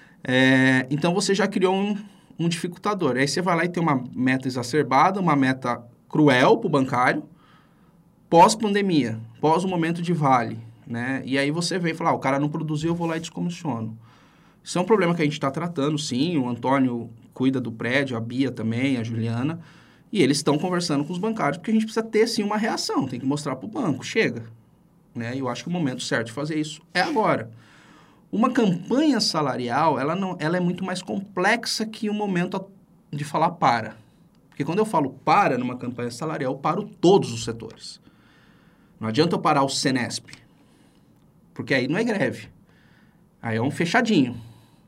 É, então, você já criou um, um dificultador. Aí você vai lá e tem uma meta exacerbada, uma meta cruel para o bancário, pós-pandemia, pós o momento de vale. Né? E aí você vem e fala, ah, o cara não produziu, eu vou lá e descomissiono. Isso é um problema que a gente está tratando, sim. O Antônio cuida do prédio, a Bia também, a Juliana. E eles estão conversando com os bancários, porque a gente precisa ter, sim, uma reação. Tem que mostrar para o banco. Chega. Né? E eu acho que o momento certo de fazer isso é agora. Uma campanha salarial, ela, não, ela é muito mais complexa que o momento de falar para. Porque quando eu falo para numa campanha salarial, eu paro todos os setores. Não adianta eu parar o Senesp. Porque aí não é greve. Aí é um fechadinho.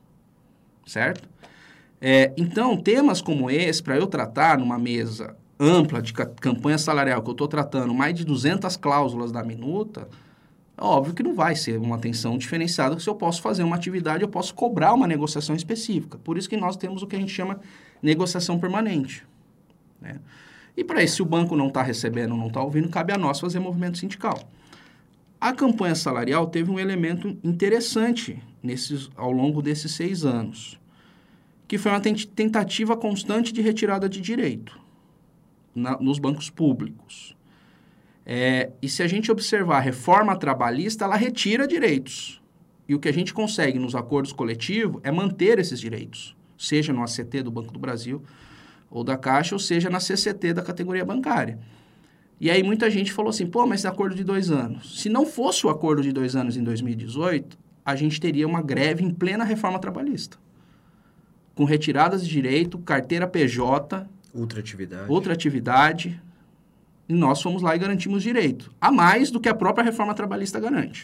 Certo? É, então, temas como esse, para eu tratar numa mesa ampla de campanha salarial, que eu estou tratando mais de duzentas cláusulas da minuta, é óbvio que não vai ser uma atenção diferenciada, que se eu posso fazer uma atividade, eu posso cobrar uma negociação específica. Por isso que nós temos o que a gente chama negociação permanente. Né? E para isso, se o banco não está recebendo, não está ouvindo, cabe a nós fazer movimento sindical. A campanha salarial teve um elemento interessante nesses, ao longo desses seis anos, que foi uma tentativa constante de retirada de direito na, nos bancos públicos. É, e se a gente observar a reforma trabalhista, ela retira direitos. E o que a gente consegue nos acordos coletivos é manter esses direitos, seja no A C T do Banco do Brasil ou da Caixa, ou seja na C C T da categoria bancária. E aí muita gente falou assim, pô, mas esse acordo de dois anos. Se não fosse o acordo de dois anos em dois mil e dezoito, a gente teria uma greve em plena reforma trabalhista, com retiradas de direito, carteira P J, ultratividade. ultratividade, e nós fomos lá e garantimos direito, a mais do que a própria reforma trabalhista garante.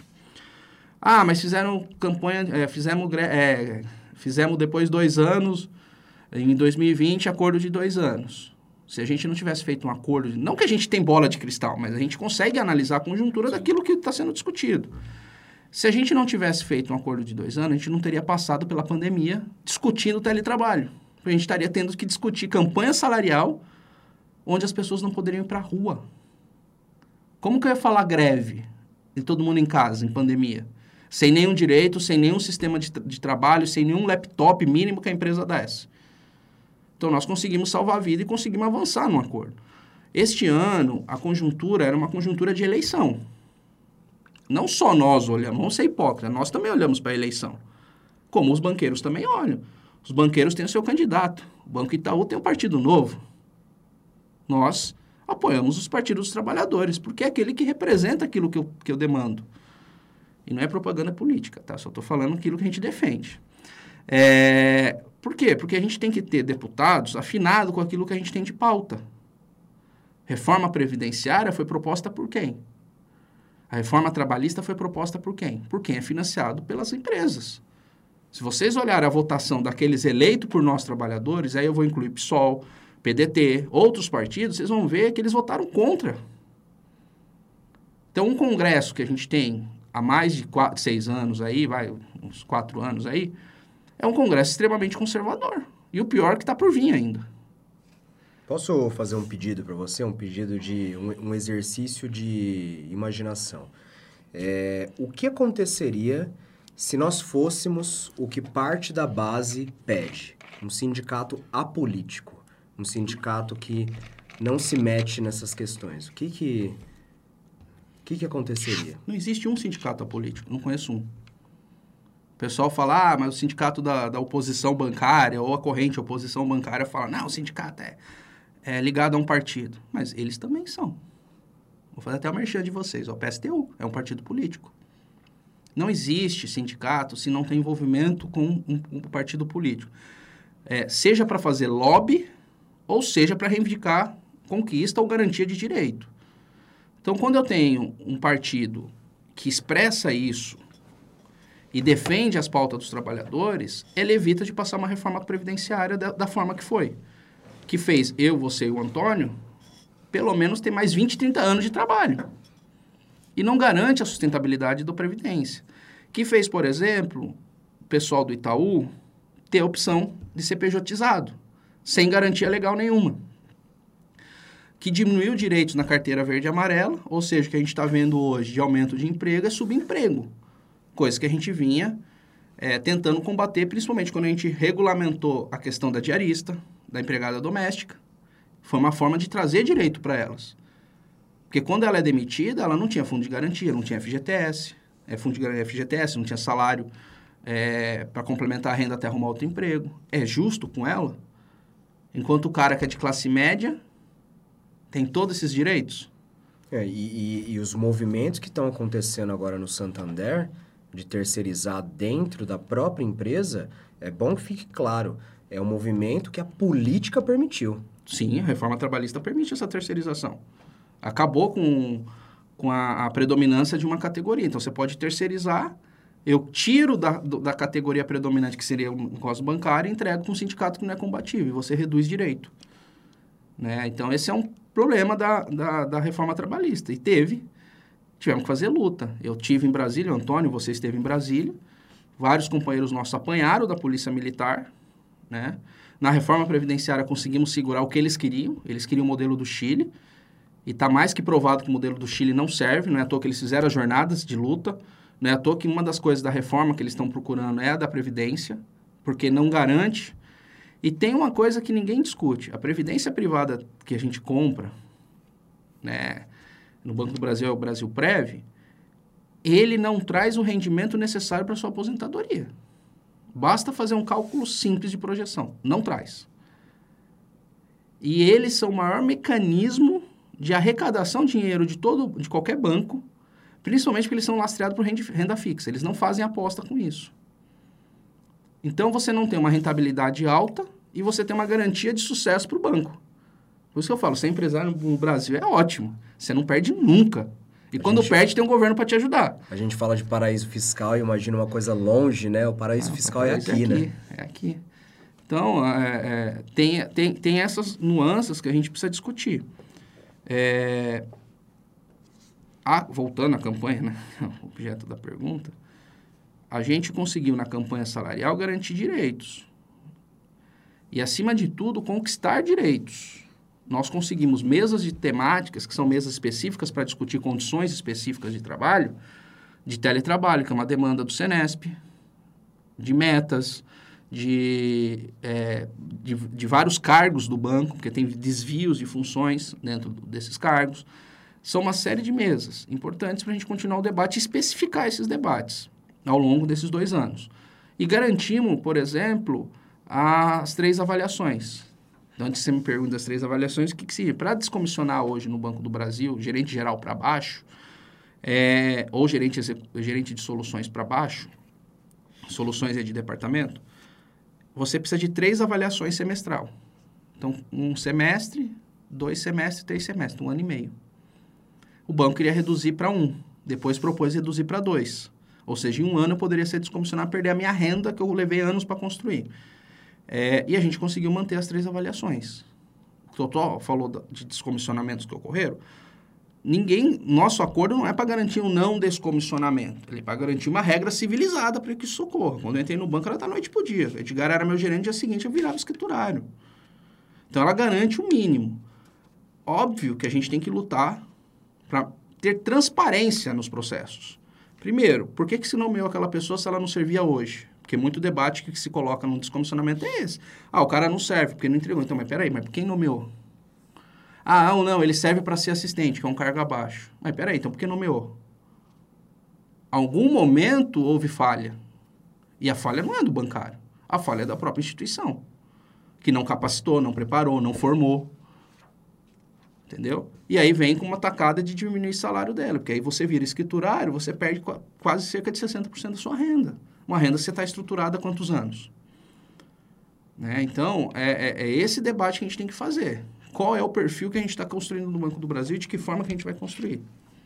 Ah, mas fizeram campanha, é, fizemos, é, fizemos depois dois anos, em dois mil e vinte, acordo de dois anos. Se a gente não tivesse feito um acordo, de, não que a gente tem bola de cristal, mas a gente consegue analisar a conjuntura daquilo que está sendo discutido. Se a gente não tivesse feito um acordo de dois anos, a gente não teria passado pela pandemia discutindo o teletrabalho. A gente estaria tendo que discutir campanha salarial, onde as pessoas não poderiam ir para a rua. Como que eu ia falar greve e todo mundo em casa, em pandemia? Sem nenhum direito, sem nenhum sistema de, de trabalho, sem nenhum laptop mínimo que a empresa desse. Então, nós conseguimos salvar a vida e conseguimos avançar no acordo. Este ano, a conjuntura era uma conjuntura de eleição. Não só nós olhamos, vamos ser hipócritas, nós também olhamos para a eleição. Como os banqueiros também olham. Os banqueiros têm o seu candidato. O Banco Itaú tem um partido novo. Nós apoiamos os partidos dos trabalhadores, porque é aquele que representa aquilo que eu, que eu demando. E não é propaganda política, tá? Só estou falando aquilo que a gente defende. É... Por quê? Porque a gente tem que ter deputados afinados com aquilo que a gente tem de pauta. Reforma previdenciária foi proposta por quem? A reforma trabalhista foi proposta por quem? Por quem é financiado pelas empresas. Se vocês olharem a votação daqueles eleitos por nós trabalhadores, aí eu vou incluir PSOL, P D T, outros partidos, vocês vão ver que eles votaram contra. Então, um congresso que a gente tem há mais de quatro, seis anos aí, vai, uns quatro anos aí, é um congresso extremamente conservador. E o pior é que está por vir ainda. Posso fazer um pedido para você? Um pedido de... Um, um exercício de imaginação. É, o que aconteceria se nós fôssemos o que parte da base pede? Um sindicato apolítico. Um sindicato que não se mete nessas questões. O que que... O que que aconteceria? Não existe um sindicato apolítico. Não conheço um. O pessoal fala, ah, mas o sindicato da, da oposição bancária ou a corrente oposição bancária fala, não, o sindicato é... é ligado a um partido. Mas eles também são. Vou fazer até o merchan de vocês. O P S T U é um partido político. Não existe sindicato se não tem envolvimento com um, um partido político. É, seja para fazer lobby ou seja para reivindicar conquista ou garantia de direito. Então, quando eu tenho um partido que expressa isso e defende as pautas dos trabalhadores, ele evita de passar uma reforma previdenciária da, da forma que foi. Que fez eu, você e o Antônio, pelo menos ter mais vinte, trinta anos de trabalho. E não garante a sustentabilidade da Previdência. Que fez, por exemplo, o pessoal do Itaú ter a opção de ser pejotizado, sem garantia legal nenhuma. Que diminuiu direitos na carteira verde e amarela, ou seja, o que a gente está vendo hoje de aumento de emprego é subemprego. Coisa que a gente vinha é, tentando combater, principalmente quando a gente regulamentou a questão da diarista, da empregada doméstica. Foi uma forma de trazer direito para elas. Porque quando ela é demitida, ela não tinha fundo de garantia, não tinha F G T S, é, fundo de F G T S, não tinha salário é, para complementar a renda até arrumar outro emprego. É justo com ela? Enquanto o cara que é de classe média tem todos esses direitos? É, e, e, e os movimentos que estão acontecendo agora no Santander, de terceirizar dentro da própria empresa, é bom que fique claro, é um movimento que a política permitiu. Sim, a reforma trabalhista permite essa terceirização. Acabou com, com a, a predominância de uma categoria. Então, você pode terceirizar, eu tiro da, do, da categoria predominante, que seria o negócio bancário, e entrego para um sindicato que não é combatível, e você reduz direito. Né? Então, esse é um problema da, da, da reforma trabalhista. E teve, tivemos que fazer luta. Eu tive em Brasília, o Antônio, você esteve em Brasília, vários companheiros nossos apanharam da Polícia Militar, né? Na reforma previdenciária conseguimos segurar o que eles queriam, eles queriam o modelo do Chile, e está mais que provado que o modelo do Chile não serve, não é à toa que eles fizeram as jornadas de luta, não é à toa que uma das coisas da reforma que eles estão procurando é a da Previdência, porque não garante. E tem uma coisa que ninguém discute, a Previdência privada que a gente compra, né, no Banco do Brasil é o Brasil Prev, ele não traz o rendimento necessário para a sua aposentadoria. Basta fazer um cálculo simples de projeção. Não traz. E eles são o maior mecanismo de arrecadação de dinheiro de, todo, de qualquer banco, principalmente porque eles são lastreados por renda fixa. Eles não fazem aposta com isso. Então, você não tem uma rentabilidade alta e você tem uma garantia de sucesso para o banco. Por isso que eu falo, ser empresário no Brasil é ótimo. Você não perde nunca. E a quando gente, perde, tem um governo para te ajudar. A gente fala de paraíso fiscal e imagina uma coisa longe, né? O paraíso ah, fiscal o paraíso é, aqui, é aqui, né? É aqui. Então, é, é, tem, tem, tem essas nuances que a gente precisa discutir. É, a, voltando à campanha, né? O objeto da pergunta. A gente conseguiu, na campanha salarial, garantir direitos. E, acima de tudo, conquistar direitos. Nós conseguimos mesas de temáticas, que são mesas específicas para discutir condições específicas de trabalho, de teletrabalho, que é uma demanda do Senesp, de metas, de, é, de, de vários cargos do banco, porque tem desvios de funções dentro desses cargos. São uma série de mesas importantes para a gente continuar o debate e especificar esses debates ao longo desses dois anos. E garantimos, por exemplo, as três avaliações. Então, antes você me pergunta das três avaliações, o que, que seria? Para descomissionar hoje no Banco do Brasil, gerente geral para baixo, é, ou gerente, gerente de soluções para baixo, soluções de departamento, você precisa de três avaliações semestral. Então, um semestre, dois semestres, três semestres, um ano e meio. O banco queria reduzir para um, depois propôs reduzir para dois. Ou seja, em um ano eu poderia ser descomissionado, perder a minha renda que eu levei anos para construir. É, e a gente conseguiu manter as três avaliações. O Totó falou de descomissionamentos que ocorreram. Ninguém, nosso acordo não é para garantir um não descomissionamento. Ele é para garantir uma regra civilizada para que isso ocorra. Quando eu entrei no banco, era da noite para o dia. O Edgar era meu gerente, no dia seguinte eu virava escriturário. Então, ela garante o mínimo. Óbvio que a gente tem que lutar para ter transparência nos processos. Primeiro, por que, que se nomeou aquela pessoa se ela não servia hoje? Porque muito debate que se coloca no descomissionamento é esse. Ah, o cara não serve porque não entregou. Então, mas peraí, mas quem nomeou? Ah, não, não, ele serve para ser assistente, que é um cargo abaixo. Mas peraí, então por que nomeou? Algum momento houve falha. E a falha não é do bancário. A falha é da própria instituição, que não capacitou, não preparou, não formou. Entendeu? E aí vem com uma tacada de diminuir o salário dela, porque aí você vira escriturário, você perde qu- quase cerca de sessenta por cento da sua renda. Uma renda que você está estruturada há quantos anos? Né? Então, é, é, é esse debate que a gente tem que fazer. Qual é o perfil que a gente está construindo no Banco do Brasil e de que forma que a gente vai construir?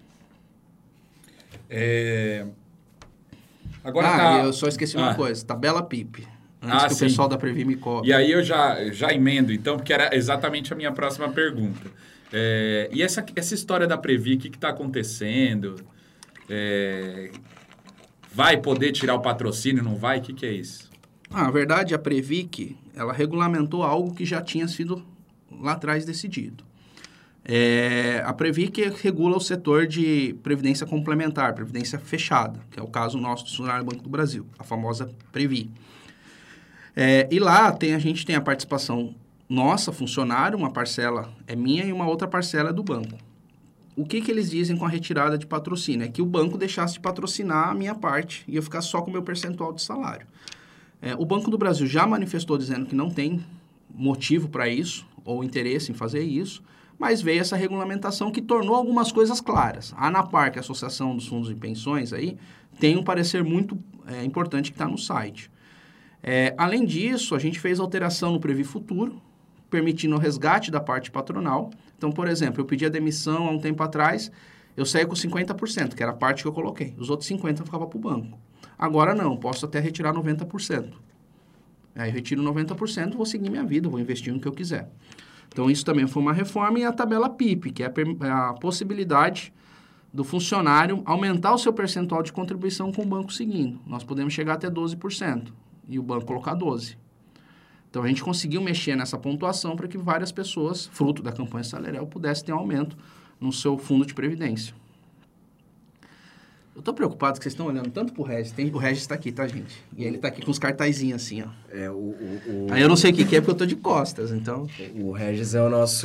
É... Agora ah, tá... eu só esqueci uma ah. coisa. Tabela P I P. Antes Ah, que sim. o pessoal da Previ me cobre. E aí eu já, já emendo, então, porque era exatamente a minha próxima pergunta. É... E essa, essa história da Previ, o que está acontecendo? É... Vai poder tirar o patrocínio, não vai? O que, que é isso? Ah, na verdade, a Previc, ela regulamentou algo que já tinha sido lá atrás decidido. É, a Previc regula o setor de previdência complementar, previdência fechada, que é o caso nosso do funcionário do Banco do Brasil, a famosa Previ. É, e lá tem, a gente tem a participação nossa, funcionário, uma parcela é minha e uma outra parcela é do banco. O que, que eles dizem com a retirada de patrocínio? É que o banco deixasse de patrocinar a minha parte e eu ficar só com o meu percentual de salário. É, o Banco do Brasil já manifestou dizendo que não tem motivo para isso, ou interesse em fazer isso, mas veio essa regulamentação que tornou algumas coisas claras. A ANAPAR, que é a Associação dos Fundos de Pensões, aí, tem um parecer muito é, importante que está no site. É, além disso, a gente fez alteração no Previ Futuro, permitindo o resgate da parte patronal. Então, por exemplo, eu pedi a demissão há um tempo atrás, eu saí com cinquenta por cento, que era a parte que eu coloquei. Os outros cinquenta por cento ficava para o banco. Agora não, posso até retirar noventa por cento. Aí eu retiro noventa por cento, vou seguir minha vida, vou investir no que eu quiser. Então, isso também foi uma reforma. E a tabela P I P, que é a, a possibilidade do funcionário aumentar o seu percentual de contribuição com o banco seguindo. Nós podemos chegar até doze por cento e o banco colocar doze por cento. Então, a gente conseguiu mexer nessa pontuação para que várias pessoas, fruto da campanha salarial, pudessem ter um aumento no seu fundo de previdência. Eu tô preocupado que vocês estão olhando tanto pro Regis. Tem, o Regis tá aqui, tá, gente? E ele tá aqui com os cartazinhos assim, ó. É, o, o, o... Aí eu não sei o que, que é porque eu tô de costas, então... O Regis é o nosso...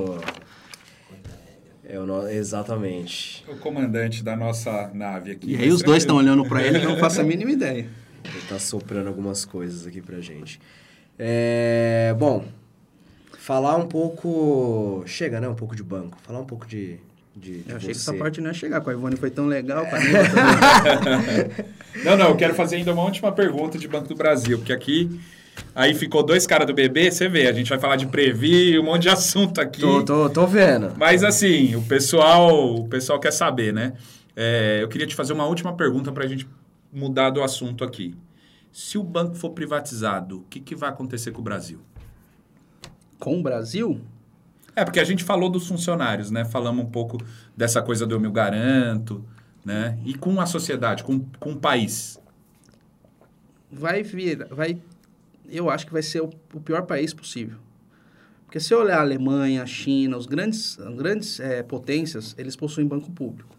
É o no... Exatamente. O comandante da nossa nave aqui. E aí os dois estão olhando para ele que eu não faço a mínima ideia. Ele tá soprando algumas coisas aqui pra gente. É... Bom, falar um pouco... Chega, né? Um pouco de banco. Falar um pouco de... De, de eu achei você. que essa parte não ia chegar, com a Ivone foi tão legal. Pra mim, não, não, eu quero fazer ainda uma última pergunta de Banco do Brasil, porque aqui, aí ficou dois caras do B B, você vê, a gente vai falar de Previ, um monte de assunto aqui. Tô, tô, tô vendo. Mas assim, o pessoal, o pessoal quer saber, né? É, eu queria te fazer uma última pergunta para a gente mudar do assunto aqui. Se o banco for privatizado, o que, que vai acontecer com o Brasil? Com o Brasil... É, porque a gente falou dos funcionários, né? Falamos um pouco dessa coisa do eu me garanto, né? E com a sociedade, com, com o país. Vai vir, vai... Eu acho que vai ser o, o pior país possível. Porque se eu olhar a Alemanha, a China, os grandes, as grandes é, potências, eles possuem banco público.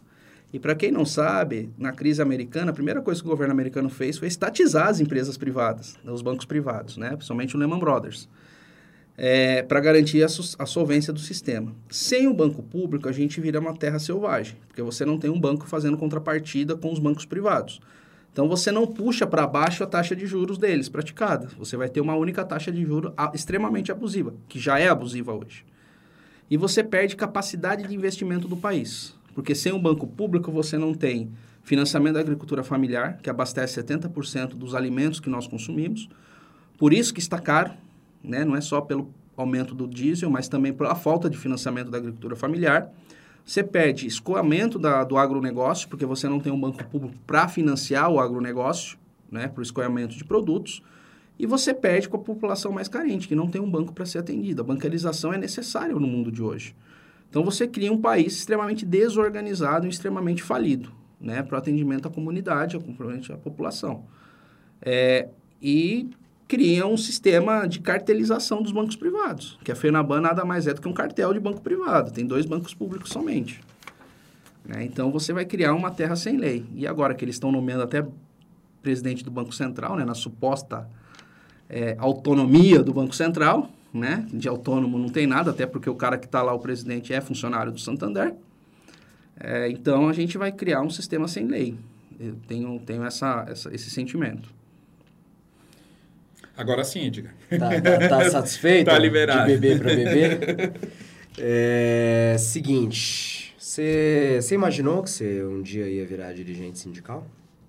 E para quem não sabe, na crise americana, a primeira coisa que o governo americano fez foi estatizar as empresas privadas, os bancos privados, né? Principalmente o Lehman Brothers, é, para garantir a, a solvência do sistema. Sem o banco público, a gente vira uma terra selvagem, porque você não tem um banco fazendo contrapartida com os bancos privados. Então, você não puxa para baixo a taxa de juros deles praticada. Você vai ter uma única taxa de juros extremamente abusiva, que já é abusiva hoje. E você perde capacidade de investimento do país. Porque sem um banco público, você não tem financiamento da agricultura familiar, que abastece setenta por cento dos alimentos que nós consumimos. Por isso que está caro, né? Não é só pelo aumento do diesel, mas também pela falta de financiamento da agricultura familiar. Você perde escoamento da, do agronegócio, porque você não tem um banco público para financiar o agronegócio, né? Para o escoamento de produtos. E você perde com a população mais carente, que não tem um banco para ser atendida. A bancarização é necessária no mundo de hoje. Então, você cria um país extremamente desorganizado e extremamente falido, né, para o atendimento à comunidade, à população. É, e cria um sistema de cartelização dos bancos privados, que a FENABAN nada mais é do que um cartel de banco privado. Tem dois bancos públicos somente. Né? Então, você vai criar uma terra sem lei. E agora que eles estão nomeando até presidente do Banco Central, né, na suposta é, autonomia do Banco Central, né? De autônomo não tem nada, até porque o cara que está lá, o presidente, é funcionário do Santander. É, então, a gente vai criar um sistema sem lei. Eu tenho, tenho essa, essa, esse sentimento. Agora sim, Edgar. Tá, tá, tá satisfeito? Tá liberado. De beber para beber? É, seguinte, você imaginou que você um dia ia virar dirigente sindical?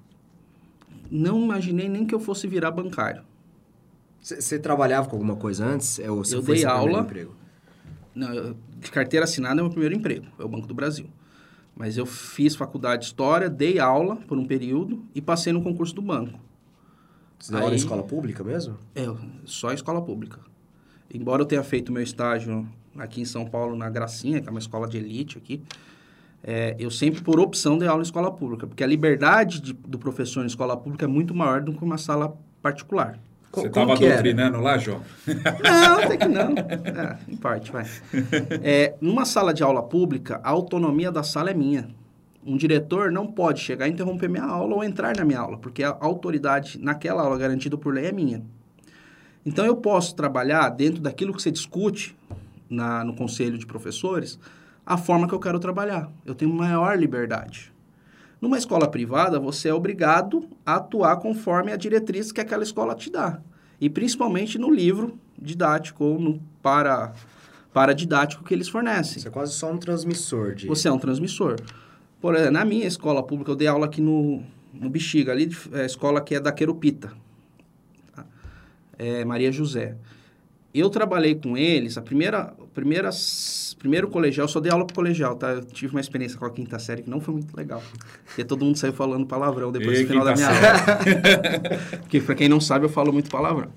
Não imaginei nem que eu fosse virar bancário. Você trabalhava com alguma coisa antes? É, ou eu foi dei seu aula. Emprego? Não, eu, de carteira assinada é meu primeiro emprego, é o Banco do Brasil. Mas eu fiz faculdade de História, dei aula por um período e passei no concurso do banco. Você deu aula em escola pública mesmo? É, só escola pública. Embora eu tenha feito meu estágio aqui em São Paulo, na Gracinha, que é uma escola de elite aqui, é, eu sempre, por opção, dei aula em escola pública, porque a liberdade de, do professor em escola pública é muito maior do que uma sala particular. Você estava doutrinando lá, João? Não, até que não. É, em parte, vai. É, numa sala de aula pública, a autonomia da sala é minha. Um diretor não pode chegar e interromper minha aula ou entrar na minha aula, porque a autoridade naquela aula garantida por lei é minha. Então, eu posso trabalhar dentro daquilo que você discute na, no conselho de professores, a forma que eu quero trabalhar. Eu tenho maior liberdade. Numa escola privada, você é obrigado a atuar conforme a diretriz que aquela escola te dá. E principalmente no livro didático ou no para, para didático que eles fornecem. Você é quase só um transmissor. De... Você é um transmissor. Por exemplo, na minha escola pública, eu dei aula aqui no, no Bexiga, ali, a escola que é da Querupita, tá? É Maria José. Eu trabalhei com eles, a primeira, primeira, primeiro colegial, eu só dei aula pro colegial, tá? Eu tive uma experiência com a quinta série que não foi muito legal. Porque todo mundo saiu falando palavrão depois Ei, do final da minha série. aula. Porque, pra quem não sabe, eu falo muito palavrão.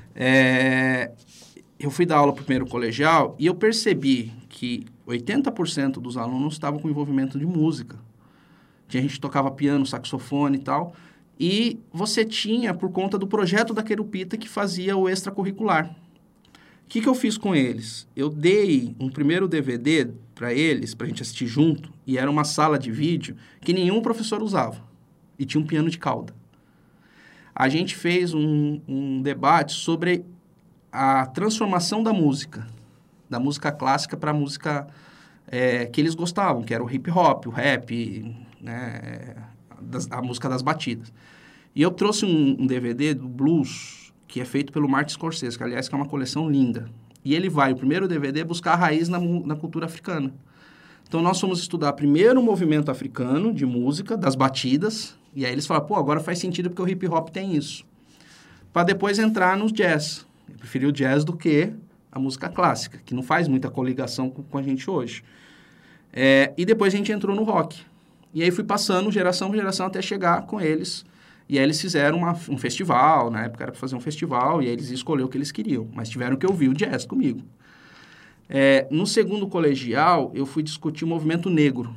É, eu fui dar aula pro primeiro colegial e eu percebi que oitenta por cento dos alunos estavam com envolvimento de música. Tinha gente que tocava piano, saxofone e tal. E você tinha, por conta do projeto da Querupita, que fazia o extracurricular. O que, que eu fiz com eles? Eu dei um primeiro D V D para eles, para a gente assistir junto, e era uma sala de vídeo que nenhum professor usava. E tinha um piano de cauda. A gente fez um, um debate sobre a transformação da música, da música clássica para a música é, que eles gostavam, que era o hip hop, o rap, né, das, a música das batidas. E eu trouxe um, um D V D do blues, que é feito pelo Martin Scorsese, que, aliás, que é uma coleção linda. E ele vai, o primeiro D V D, buscar a raiz na, na cultura africana. Então, nós fomos estudar primeiro o movimento africano de música, das batidas, e aí eles falaram, pô, agora faz sentido porque o hip hop tem isso. Para depois entrar no jazz. Eu preferi o jazz do que a música clássica, que não faz muita coligação com, com a gente hoje. É, e depois a gente entrou no rock. E aí fui passando geração por geração até chegar com eles. E aí eles fizeram uma, um festival, na época era para fazer um festival, e aí eles escolheram o que eles queriam. Mas tiveram que ouvir o jazz comigo. É, no segundo colegial, eu fui discutir o movimento negro.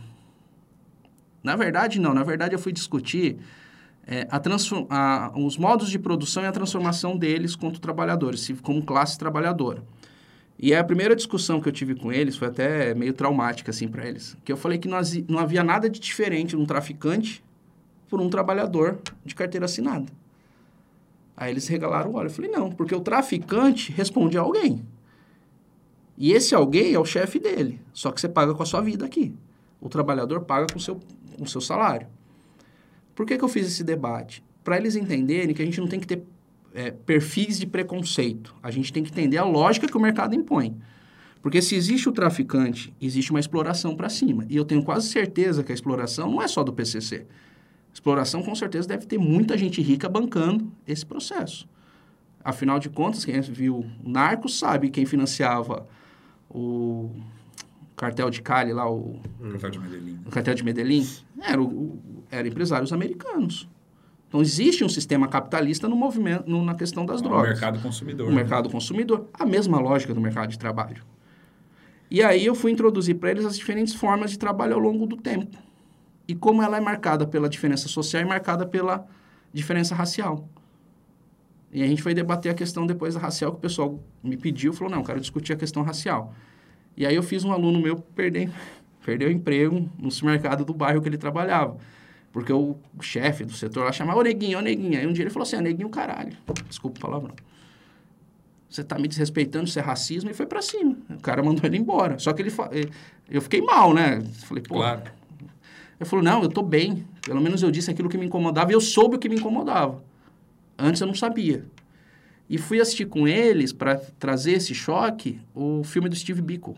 Na verdade, não. Na verdade, eu fui discutir é, a transform, a, os modos de produção e a transformação deles contra trabalhadores, como classe trabalhadora. E a primeira discussão que eu tive com eles foi até meio traumática, assim, para eles. Que eu falei que não, não havia nada de diferente num traficante por um trabalhador de carteira assinada. Aí eles regalaram o olho. Eu falei, não, porque o traficante responde a alguém. E esse alguém é o chefe dele. Só que você paga com a sua vida aqui. O trabalhador paga com o seu, com o seu salário. Por que que eu fiz esse debate? Para eles entenderem que a gente não tem que ter é, perfis de preconceito. A gente tem que entender a lógica que o mercado impõe. Porque se existe o traficante, existe uma exploração para cima. E eu tenho quase certeza que a exploração não é só do P C C. Exploração, com certeza, deve ter muita gente rica bancando esse processo. Afinal de contas, quem viu o Narcos sabe quem financiava o cartel de Cali lá, o... Cartel de Medellín. O cartel de Medellín. Era, o, era empresários americanos. Então, existe um sistema capitalista no movimento, no, na questão das o drogas. O mercado consumidor. O né? mercado consumidor. A mesma lógica do mercado de trabalho. E aí, eu fui introduzir para eles as diferentes formas de trabalho ao longo do tempo. E como ela é marcada pela diferença social e marcada pela diferença racial. E a gente foi debater a questão depois da racial, que o pessoal me pediu, falou, não, eu quero discutir a questão racial. E aí eu fiz um aluno meu perder, perder o emprego no supermercado do bairro que ele trabalhava. Porque o chefe do setor lá chamava, ô neguinho, ô neguinho. Aí um dia ele falou assim, ah, neguinho caralho. Desculpa o palavrão. Você tá me desrespeitando, isso é racismo, e foi pra cima. O cara mandou ele embora. Só que ele, eu fiquei mal, né? Falei, pô... Claro. Ele falou, não, eu tô bem. Pelo menos eu disse aquilo que me incomodava e eu soube o que me incomodava. Antes eu não sabia. E fui assistir com eles, para trazer esse choque, o filme do Steve Biko,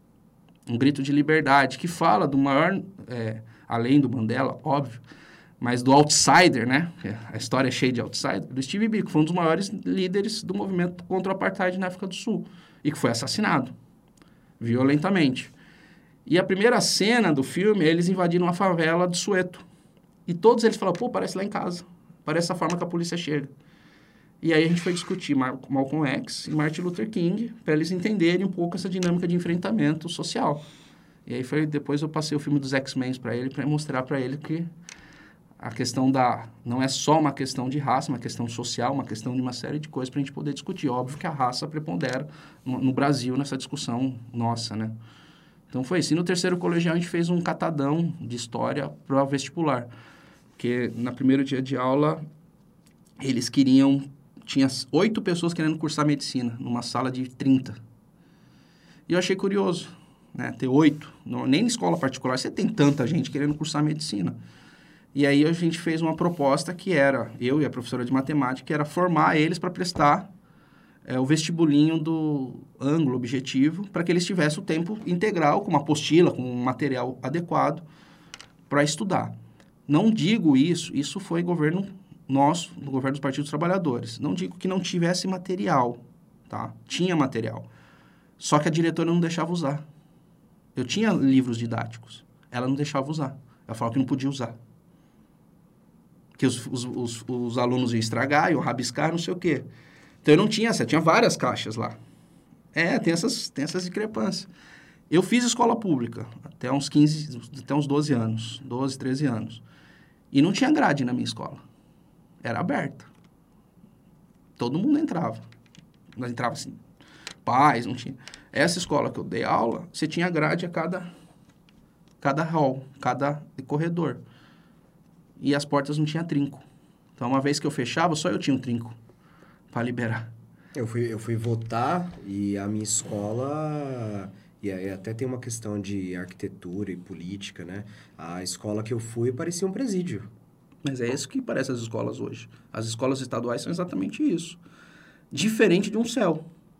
Um Grito de Liberdade, que fala do maior, é, além do Mandela, óbvio, mas do outsider, né? A história é cheia de outsider. Do Steve Biko, foi um dos maiores líderes do movimento contra o apartheid na África do Sul. E que foi assassinado, violentamente. E a primeira cena do filme, eles invadiram uma favela de Soweto. E todos eles falaram, pô, parece lá em casa. Parece a forma que a polícia chega. E aí a gente foi discutir Malcolm X e Martin Luther King para eles entenderem um pouco essa dinâmica de enfrentamento social. E aí foi, depois eu passei o filme dos X-Men para ele, para mostrar para ele que a questão da... não é só uma questão de raça, uma questão social, uma questão de uma série de coisas para a gente poder discutir. Óbvio que a raça prepondera no, no Brasil nessa discussão nossa, né? Então foi isso. E no terceiro colegial a gente fez um catadão de história para o vestibular. Porque no primeiro dia de aula eles queriam... Tinha oito pessoas querendo cursar medicina, numa sala de trinta. E eu achei curioso, né? Ter oito. Não, nem na escola particular você tem tanta gente querendo cursar medicina. E aí a gente fez uma proposta que era, eu e a professora de matemática, que era formar eles para prestar é, o vestibulinho do ângulo objetivo, para que eles tivessem o tempo integral, com uma apostila, com um material adequado, para estudar. Não digo isso, isso foi governo... nosso, do governo dos partidos trabalhadores. Não digo que não tivesse material, tá? Tinha material. Só que a diretora não deixava usar. Eu tinha livros didáticos. Ela não deixava usar. Ela falava que não podia usar. Que os, os, os, os alunos iam estragar, iam rabiscar, não sei o quê. Então, eu não tinha essa. Tinha várias caixas lá. É, tem essas, tem essas discrepâncias. Eu fiz escola pública até uns quinze, até uns doze anos. doze, treze anos. E não tinha grade na minha escola. Era aberta. Todo mundo entrava. Nós entrava assim, pais, não tinha. Essa escola que eu dei aula, você tinha grade a cada, cada hall, cada corredor. E as portas não tinham trinco. Então, uma vez que eu fechava, só eu tinha um trinco para liberar. Eu fui, eu fui votar e a minha escola... E até tem uma questão de arquitetura e política, né? A escola que eu fui parecia um presídio. Mas é isso que parece as escolas hoje. As escolas estaduais são exatamente isso. Diferente de um céu.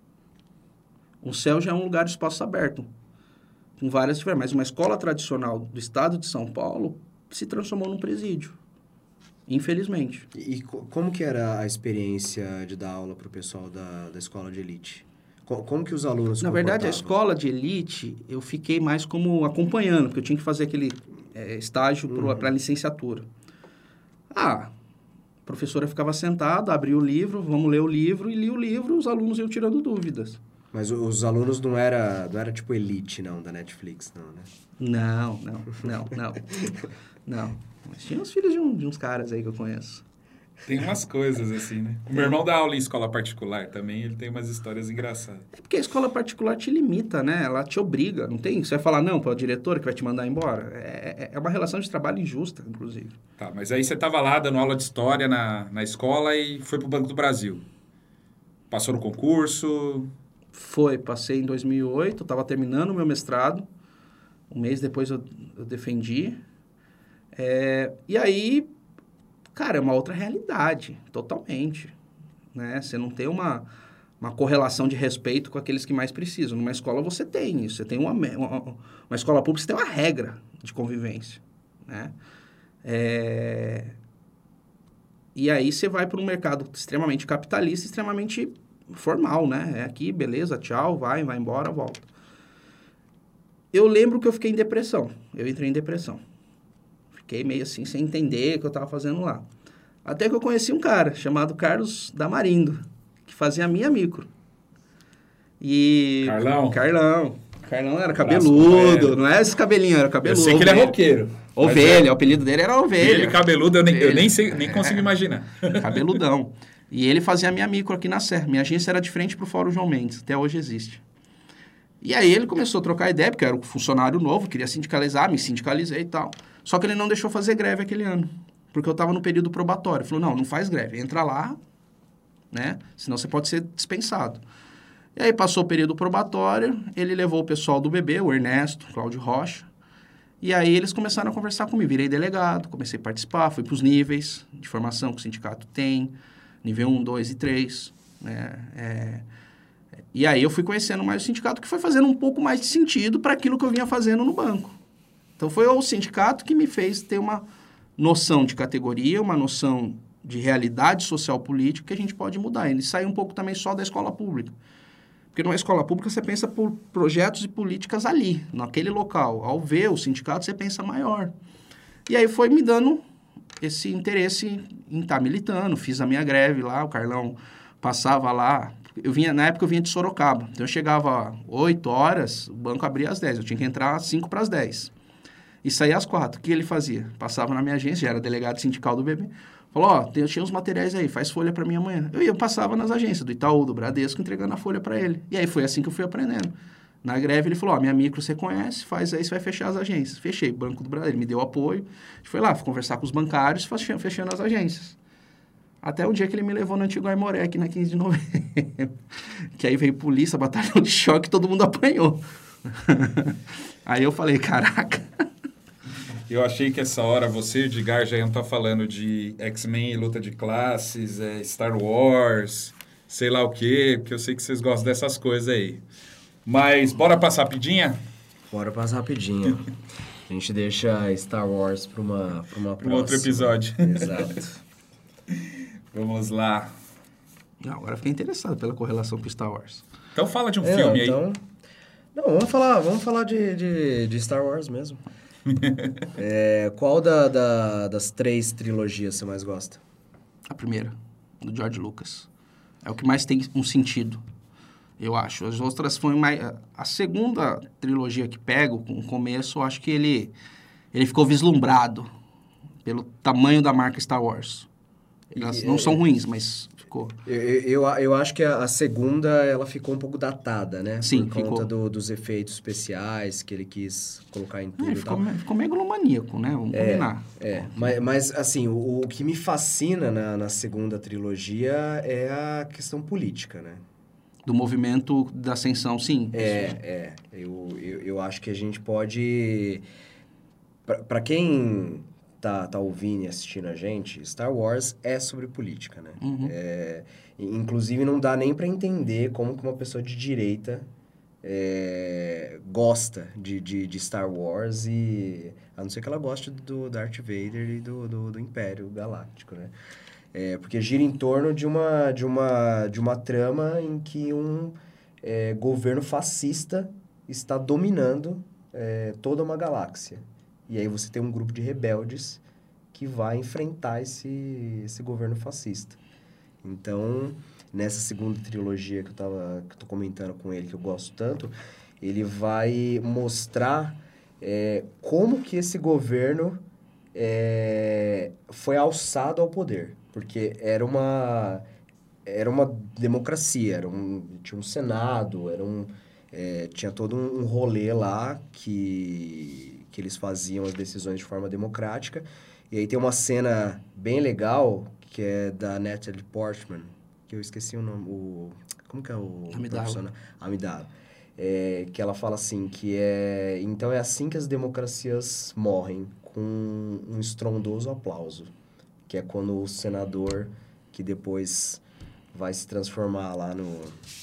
Um céu já é um lugar de espaço aberto, com várias diferenças. Mas uma escola tradicional do estado de São Paulo se transformou num presídio. Infelizmente. E, e como que era a experiência de dar aula para o pessoal da, da escola de elite? Como, como que os alunos se Na verdade, a comportavam? escola de elite, eu fiquei mais como acompanhando, porque eu tinha que fazer aquele é, estágio uhum. para a licenciatura. Ah, a professora ficava sentada, abria o livro, vamos ler o livro, e lia o livro, os alunos iam tirando dúvidas. Mas os alunos não era, não era tipo elite, não, da Netflix, não, né? Não, não, não, não. Não. Mas tinha os filhos de, um, de uns caras aí que eu conheço. Tem umas coisas assim, né? O meu irmão dá aula em escola particular também, ele tem umas histórias engraçadas. É porque a escola particular te limita, né? Ela te obriga, não tem? Você vai falar não para o diretor que vai te mandar embora? É, é uma relação de trabalho injusta, inclusive. Tá, mas aí você estava lá dando aula de história na, na escola e foi para o Banco do Brasil. Passou no concurso? Foi, passei em dois mil e oito, estava terminando o meu mestrado. Um mês depois eu, eu defendi. É, e aí, cara, é uma outra realidade, totalmente. Né? Você não tem uma, uma correlação de respeito com aqueles que mais precisam. Numa escola você tem isso. Você tem uma, uma, uma escola pública, você tem uma regra de convivência. Né? É, e aí você vai para um mercado extremamente capitalista, extremamente formal, né? É aqui, beleza, tchau, vai, vai embora, volta. Eu lembro que eu fiquei em depressão. Eu entrei em depressão. Fiquei meio assim, sem entender o que eu estava fazendo lá. Até que eu conheci um cara chamado Carlos Damarindo, que fazia a minha micro. E... Carlão? Carlão. Carlão era cabeludo, não é esse cabelinho, era cabeludo. Eu sei que ele é roqueiro. Ovelha, é... o apelido dele era Ovelha. E ele cabeludo, eu nem, eu nem, sei, nem consigo imaginar. Cabeludão. E ele fazia a minha micro aqui na Serra. Minha agência era de frente para o Fórum João Mendes, até hoje existe. E aí ele começou a trocar ideia, porque eu era um funcionário novo, queria sindicalizar, me sindicalizei e tal. Só que ele não deixou fazer greve aquele ano, porque eu estava no período probatório. Ele falou, não, não faz greve, entra lá, né? Senão você pode ser dispensado. E aí passou o período probatório, ele levou o pessoal do B B, o Ernesto, o Cláudio Rocha, e aí eles começaram a conversar comigo. Virei delegado, comecei a participar, fui para os níveis de formação que o sindicato tem, nível um, dois e três, né? É... E aí eu fui conhecendo mais o sindicato, que foi fazendo um pouco mais de sentido para aquilo que eu vinha fazendo no banco. Então foi o sindicato que me fez ter uma noção de categoria, uma noção de realidade social política que a gente pode mudar. E sair um pouco também só da escola pública. Porque numa escola pública você pensa por projetos e políticas ali, naquele local. Ao ver o sindicato, você pensa maior. E aí foi me dando esse interesse em estar militando. Fiz a minha greve lá, o Carlão passava lá. Eu vinha, na época eu vinha de Sorocaba. Então eu chegava oito horas, o banco abria às dez. Eu tinha que entrar às cinco para as dez. E saía às quatro. O que ele fazia? Passava na minha agência, já era delegado sindical do B B. Falou, ó, oh, eu tinha os materiais aí, faz folha para mim amanhã. Eu ia, passava nas agências do Itaú, do Bradesco, entregando a folha para ele. E aí foi assim que eu fui aprendendo. Na greve ele falou, ó, oh, minha micro você conhece, faz aí, você vai fechar as agências. Fechei, Banco do Brasil, ele me deu apoio. A gente foi lá, fui conversar com os bancários, fechando as agências. Até o dia que ele me levou no antigo Aimoré, aqui na quinze de novembro. Que aí veio polícia, batalhão de choque, todo mundo apanhou. Aí eu falei, caraca... Eu achei que essa hora você e o Edgar já iam estar falando de X-Men e luta de classes, é, Star Wars, sei lá o quê, porque eu sei que vocês gostam dessas coisas aí. Mas bora passar rapidinha? Bora passar rapidinha. A gente deixa Star Wars para uma, pra uma próxima. Um outro episódio. Exato. Vamos lá. Não, agora fiquei interessado pela correlação com Star Wars. Então fala de um é, filme então... aí. Não, vamos falar, vamos falar de, de, de Star Wars mesmo. é, qual da, da, das três trilogias você mais gosta? A primeira, do George Lucas. É o que mais tem um sentido, eu acho. As outras foi mais... A segunda trilogia que pego, com o começo, eu acho que ele, ele ficou vislumbrado pelo tamanho da marca Star Wars. Elas e, não é, são ruins, mas ficou... Eu, eu, eu acho que a, a segunda, ela ficou um pouco datada, né? Sim, Por conta ficou. Do, dos efeitos especiais que ele quis colocar em tudo é, e ficou, tal. Ficou megalomaníaco, né? Vamos é, combinar. É, mas, mas assim, o, o que me fascina na, na segunda trilogia é a questão política, né? Do movimento da ascensão, sim. É, é. Eu, eu, eu acho que a gente pode... Para quem... Tá, tá ouvindo e assistindo a gente, Star Wars é sobre política, né? Uhum. É, inclusive, não dá nem para entender como que uma pessoa de direita é, gosta de, de, de Star Wars, e a não ser que ela goste do Darth Vader e do, do, do Império Galáctico, né? É, porque gira em torno de uma, de uma, de uma trama em que um é, governo fascista está dominando é, toda uma galáxia. E aí você tem um grupo de rebeldes que vai enfrentar esse, esse governo fascista. Então, nessa segunda trilogia que eu tava, que eu tô comentando com ele, que eu gosto tanto, ele vai mostrar é, como que esse governo é, foi alçado ao poder. Porque era uma, era uma democracia, era um, tinha um Senado, era um, é, tinha todo um, um rolê lá que, que eles faziam as decisões de forma democrática. E aí tem uma cena bem legal, que é da Natalie Portman, que eu esqueci o nome, o... Como que é o... Amidala. Amidala. É, que ela fala assim, que é... Então é assim que as democracias morrem, com um estrondoso aplauso. Que é quando o senador, que depois vai se transformar lá no,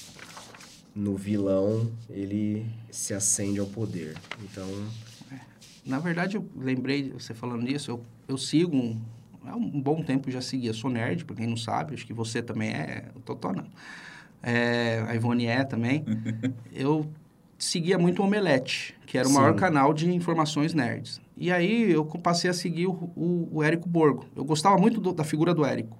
no vilão, ele se acende ao poder. Então... Na verdade, eu lembrei, você falando nisso, eu, eu sigo, um, há um bom tempo já segui, eu sou nerd, pra quem não sabe, acho que você também é, o Totó não. É, a Ivone é também. Eu seguia muito o Omelete, que era o Sim. maior canal de informações nerds. E aí eu passei a seguir o, o, o Érico Borgo. Eu gostava muito do, da figura do Érico.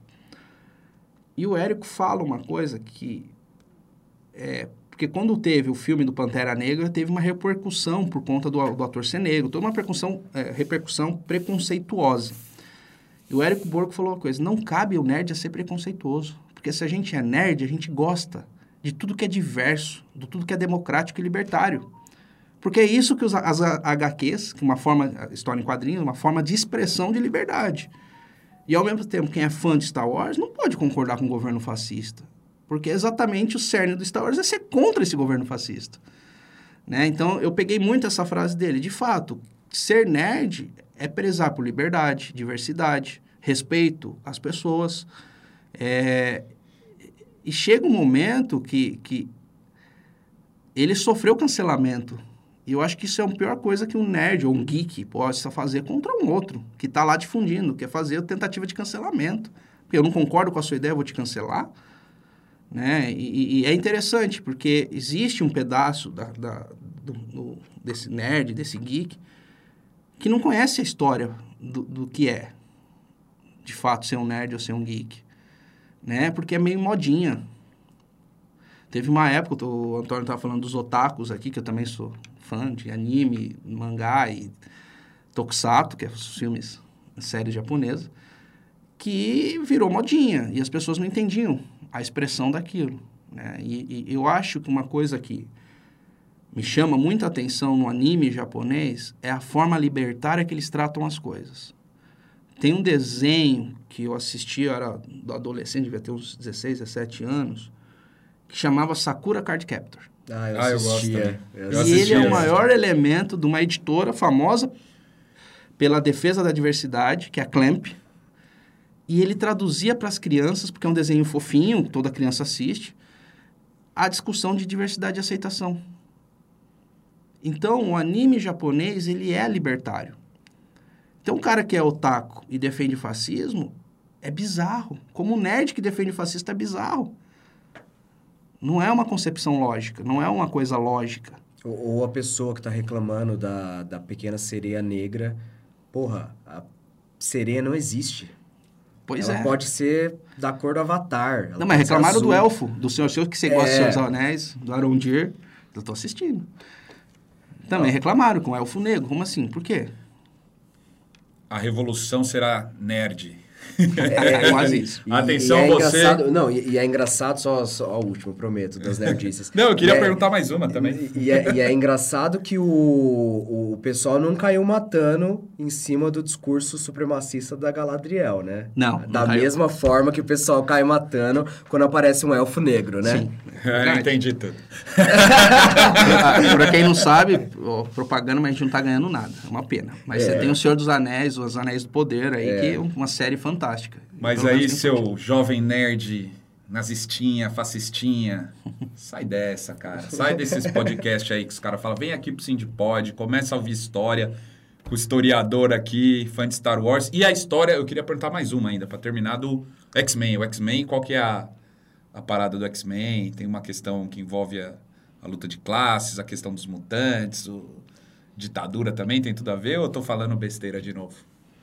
E o Érico fala uma coisa que... É, porque quando teve o filme do Pantera Negra, teve uma repercussão por conta do, do ator ser negro. Toda uma repercussão, é, repercussão preconceituosa. E o Érico Borgo falou uma coisa, não cabe o nerd a ser preconceituoso. Porque se a gente é nerd, a gente gosta de tudo que é diverso, de tudo que é democrático e libertário. Porque é isso que os, as H Qs, que uma forma, história em quadrinhos, uma forma de expressão de liberdade. E ao mesmo tempo, quem é fã de Star Wars não pode concordar com o governo fascista. Porque exatamente o cerne do Star Wars é ser contra esse governo fascista. Né? Então, eu peguei muito essa frase dele. De fato, ser nerd é prezar por liberdade, diversidade, respeito às pessoas. É... E chega um momento que, que ele sofreu cancelamento. E eu acho que isso é a pior coisa que um nerd ou um geek possa fazer contra um outro, que está lá difundindo, que é fazer a tentativa de cancelamento. Porque eu não concordo com a sua ideia, eu vou te cancelar. Né? E, e é interessante, porque existe um pedaço da, da, do, do, desse nerd, desse geek, que não conhece a história do, do que é, de fato, ser um nerd ou ser um geek. Né? Porque é meio modinha. Teve uma época, o Antônio estava falando dos otakus aqui, que eu também sou fã de anime, mangá e tokusatsu, que é os filmes, séries japonesas, que virou modinha, e as pessoas não entendiam a expressão daquilo. Né? E, e eu acho que uma coisa que me chama muita atenção no anime japonês é a forma libertária que eles tratam as coisas. Tem um desenho que eu assisti, eu era adolescente, devia ter uns dezesseis, dezessete anos, que chamava Sakura Card Captor. Ah, eu Ah, eu assistia. gosto Eu Eu e ele é assisti, o maior elemento de uma editora famosa pela defesa da diversidade, que é a Clamp. E ele traduzia para as crianças, porque é um desenho fofinho, toda criança assiste, a discussão de diversidade e aceitação. Então, o anime japonês, ele é libertário. Então, um cara que é otaku e defende fascismo é bizarro. Como um nerd que defende fascista é bizarro. Não é uma concepção lógica, não é uma coisa lógica. Ou, ou a pessoa que está reclamando da, da pequena sereia negra, porra, a sereia não existe. Pois ela é. pode ser da cor do Avatar. Não, mas reclamaram do azul. Elfo, do Senhor Seu, que você É. gosta de Senhor dos Anéis, do Arondir. Eu tô assistindo. Também reclamaram com o Elfo Negro. Como assim? Por quê? A revolução será nerd. É, quase isso. E, Atenção, e é você- engraçado- Não, e, e é engraçado, só, só o último, prometo, das nerdices. Não, eu queria E é- perguntar mais uma também. E, e é, e é engraçado que o, o pessoal não caiu matando em cima do discurso supremacista da Galadriel, né? Não, não Da caiu. mesma forma que o pessoal cai matando quando aparece um elfo negro, né? Sim. Eu entendi tudo. Ah, pra quem não sabe, ó, propaganda, mas a gente não tá ganhando nada. É uma pena. Mas É. você tem o Senhor dos Anéis, os Anéis do Poder aí, que é uma série fantástica. Mas Pelo aí, menos tem seu sentido. jovem nerd, nazistinha, fascistinha, sai dessa, cara. Sai desses podcasts aí que os caras falam, vem aqui pro Sindipod, começa a ouvir história, com o historiador aqui, fã de Star Wars. E a história, eu queria perguntar mais uma ainda, pra terminar, do X-Men. O X-Men, qual que é a, a parada do X-Men? Tem uma questão que envolve a, a luta de classes, a questão dos mutantes, o, ditadura também tem tudo a ver, ou eu tô falando besteira de novo?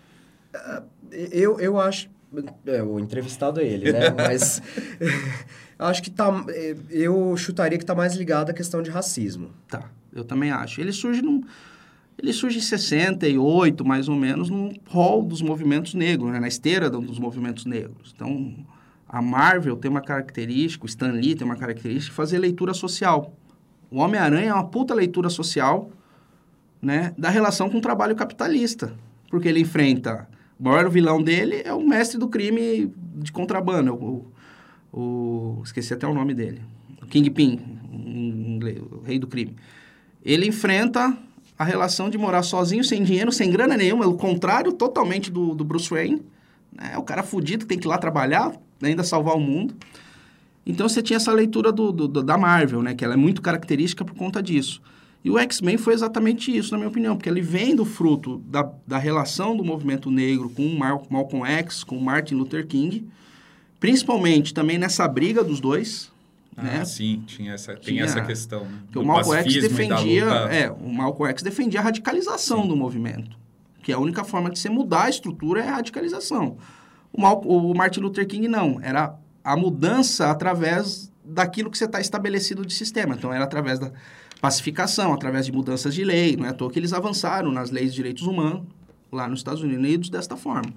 Eu, eu acho... É, o entrevistado é ele, né? Mas eu acho que tá... Eu chutaria que tá mais ligado à questão de racismo. Tá, eu também acho. Ele surge num... ele surge em sessenta e oito, mais ou menos, no hall dos movimentos negros, né? Na esteira dos movimentos negros. Então, a Marvel tem uma característica, o Stan Lee tem uma característica de fazer leitura social. O Homem-Aranha é uma puta leitura social, né, da relação com o trabalho capitalista. Porque ele enfrenta... O maior vilão dele é o mestre do crime de contrabando, o, o, esqueci até o nome dele, o Kingpin, em inglês, o rei do crime. Ele enfrenta a relação de morar sozinho, sem dinheiro, sem grana nenhuma, o contrário totalmente do, do Bruce Wayne, né? O cara fudido, tem que ir lá trabalhar, ainda salvar o mundo. Então você tinha essa leitura do, do, do, da Marvel, né, que ela é muito característica por conta disso. E o X-Men foi exatamente isso, na minha opinião, porque ele vem do fruto da, da relação do movimento negro com o Mal- Malcolm X, com o Martin Luther King, principalmente também nessa briga dos dois. Ah, né? sim, tinha essa, tem Tinha- essa questão. Né? Porque o Do Malcolm X pacifismo e da defendia, luta. é, o Malcolm X defendia a radicalização Sim. do movimento, que a única forma de você mudar a estrutura é a radicalização. O, Mal, o Martin Luther King não, era a mudança através daquilo que você está estabelecido de sistema. Então, era através da pacificação, através de mudanças de lei. Não é à toa que eles avançaram nas leis de direitos humanos lá nos Estados Unidos desta forma.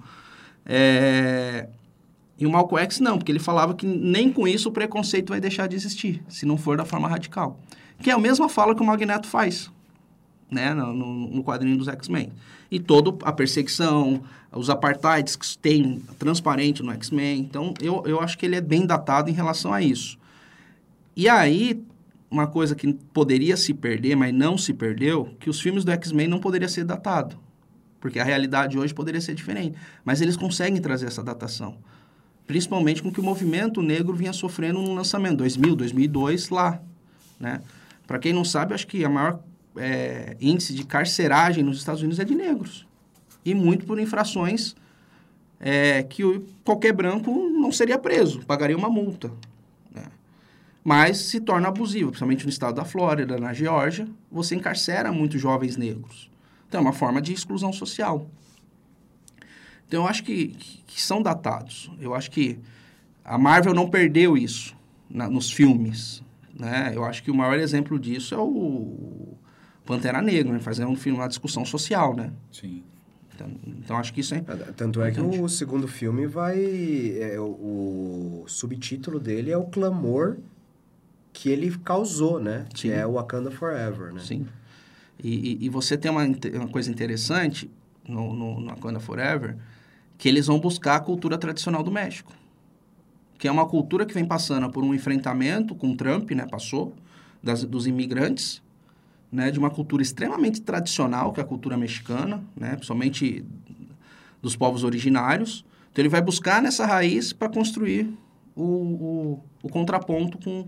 É... E o Malcolm X não, porque ele falava que nem com isso o preconceito vai deixar de existir, se não for da forma radical. Que é a mesma fala que o Magneto faz, né, no, no, no quadrinho dos X-Men. E toda a perseguição, os apartheids que tem transparente no X-Men. Então, eu, eu acho que ele é bem datado em relação a isso. E aí, uma coisa que poderia se perder, mas não se perdeu, que os filmes do X-Men não poderiam ser datados. Porque a realidade hoje poderia ser diferente. Mas eles conseguem trazer essa datação. Principalmente com que o movimento negro vinha sofrendo no lançamento, dois mil, dois mil e dois, lá. Né? Para quem não sabe, acho que a maior é, índice de carceragem nos Estados Unidos é de negros. E muito por infrações é, que o, qualquer branco não seria preso, pagaria uma multa. Né? Mas se torna abusivo, principalmente no estado da Flórida, na Geórgia, você encarcera muitos jovens negros. Então, é uma forma de exclusão social. Então, eu acho que, que são datados. Eu acho que a Marvel não perdeu isso na, nos filmes. Né? Eu acho que o maior exemplo disso é o Pantera Negra, né? Fazer um filme, uma discussão social, né? Sim. Então, então, acho que isso é... Tanto é que importante. o segundo filme vai... É, o, o subtítulo dele é o clamor que ele causou, né? Sim. Que é Wakanda Forever, né? Sim. E, e, e você tem uma, uma coisa interessante no, no, no Wakanda Forever, que eles vão buscar a cultura tradicional do México. Que é uma cultura que vem passando por um enfrentamento com Trump, né? Passou, das, dos imigrantes, né? De uma cultura extremamente tradicional, que é a cultura mexicana, né? Principalmente dos povos originários. Então, ele vai buscar nessa raiz para construir o, o, o contraponto com,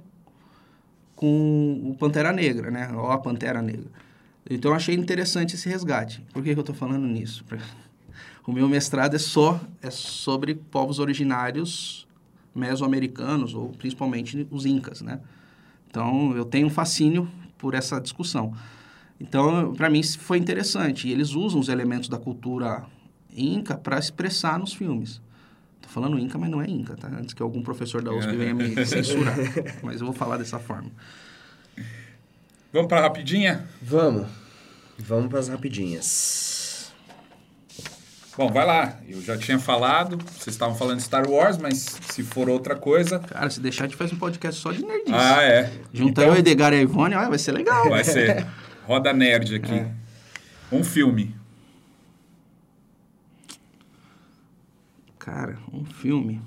com o Pantera Negra, né? Ou a Pantera Negra. Então, eu achei interessante esse resgate. Por que, que eu estou falando nisso? O meu mestrado é só é sobre povos originários mesoamericanos, ou principalmente os incas, né? Então, eu tenho um fascínio por essa discussão. Então, para mim, foi interessante. E eles usam os elementos da cultura inca para expressar nos filmes. Estou falando inca, mas não é inca, tá? Antes que algum professor da U S P venha me censurar. Mas eu vou falar dessa forma. Vamos para rapidinha? Vamos. Vamos para as rapidinhas. Bom, vai lá. Eu já tinha falado, vocês estavam falando de Star Wars, mas se for outra coisa... Cara, se deixar, a gente faz um podcast só de nerdice. Ah, é. Juntar Então, eu, Edgar e a Ivone, olha, vai ser legal. vai ser. Roda nerd aqui. É. Um filme. Cara, um filme...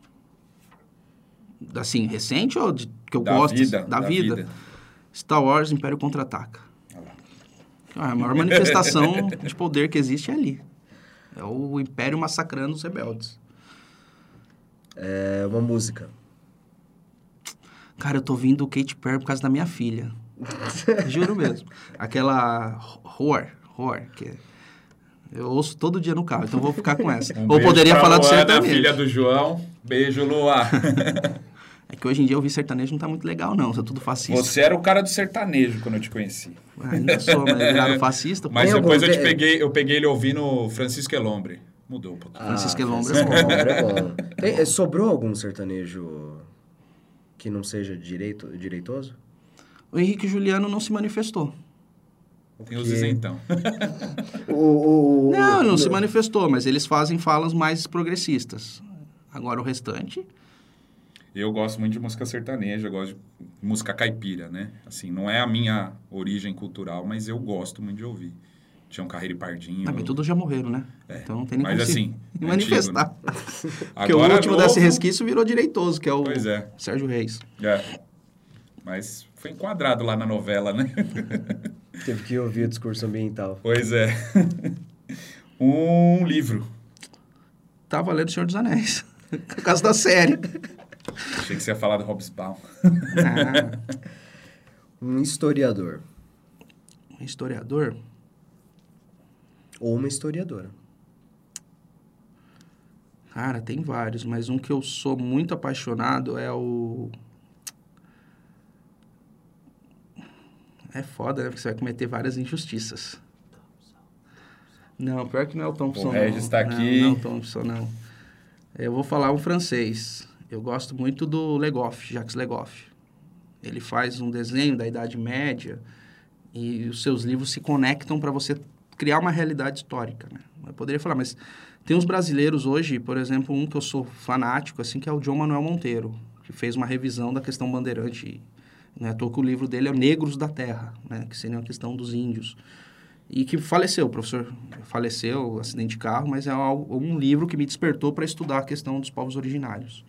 Assim, recente ou de, que eu Da gosto? vida, Da, da vida. vida. Star Wars Império Contra-Ataca. Olha lá. Ah, a maior manifestação de poder que existe é ali. É o Império massacrando os rebeldes. É uma música. Cara, eu tô ouvindo o Katy Perry por causa da minha filha. Juro mesmo. Aquela Roar, Roar, que é... Eu ouço todo dia no carro, então vou ficar com essa. Um Ou beijo poderia pra falar do Luana, sertanejo. filha do João. Beijo, Luá. É que hoje em dia ouvir sertanejo não tá muito legal, não. Tá tudo fascista. Você era o cara do sertanejo quando eu te conheci. Ah, ainda sou, mas viraram fascista. Mas Tem depois eu algum- te peguei, eu peguei ele ouvindo Francisco Elombre. Mudou um pouquinho. Francisco Ah, Elombre Francisco é bom. Elombre é bom. Tem- eh, sobrou algum sertanejo que não seja direito, direitoso? O Henrique Juliano não se manifestou. Tem os isentão. o, o, o, não, não o, se manifestou, mas eles fazem falas mais progressistas. Agora o restante... Eu gosto muito de música sertaneja, eu gosto de música caipira, né? Assim, não é a minha origem cultural, mas eu gosto muito de ouvir. Tião Carreiro e Pardinho. Ah, mas todos já morreram, né? É. Então não tem nem mas, como assim, se manifestar. Antigo, né? Porque o último novo... desse resquício virou direitoso, que é o pois é. Sérgio Reis. É. Mas foi enquadrado lá na novela, né? Teve que ouvir o discurso ambiental. Pois é. Um livro. Tava lendo O Senhor dos Anéis. Por causa da série. Achei que você ia falar do Hobsbawm. Ah. Um historiador. Um historiador? Ou uma historiadora. Cara, tem vários, mas um que eu sou muito apaixonado é o... É foda, né? Porque você vai cometer várias injustiças. Não, pior que não é o Thompson, O Regis tá não. aqui. Não, não é o Thompson, não. Eu vou falar um francês. Eu gosto muito do Legoff, Jacques Legoff. Ele faz um desenho da Idade Média e os seus livros se conectam para você criar uma realidade histórica, né? Eu poderia falar, mas tem uns brasileiros hoje, por exemplo, um que eu sou fanático, assim, que é o João Manuel Monteiro, que fez uma revisão da questão bandeirante. Né? Tô que o livro dele é Negros da Terra, né? Que seria uma questão dos índios. E que faleceu, o professor faleceu, acidente de carro, mas é algo, um livro que me despertou para estudar a questão dos povos originários.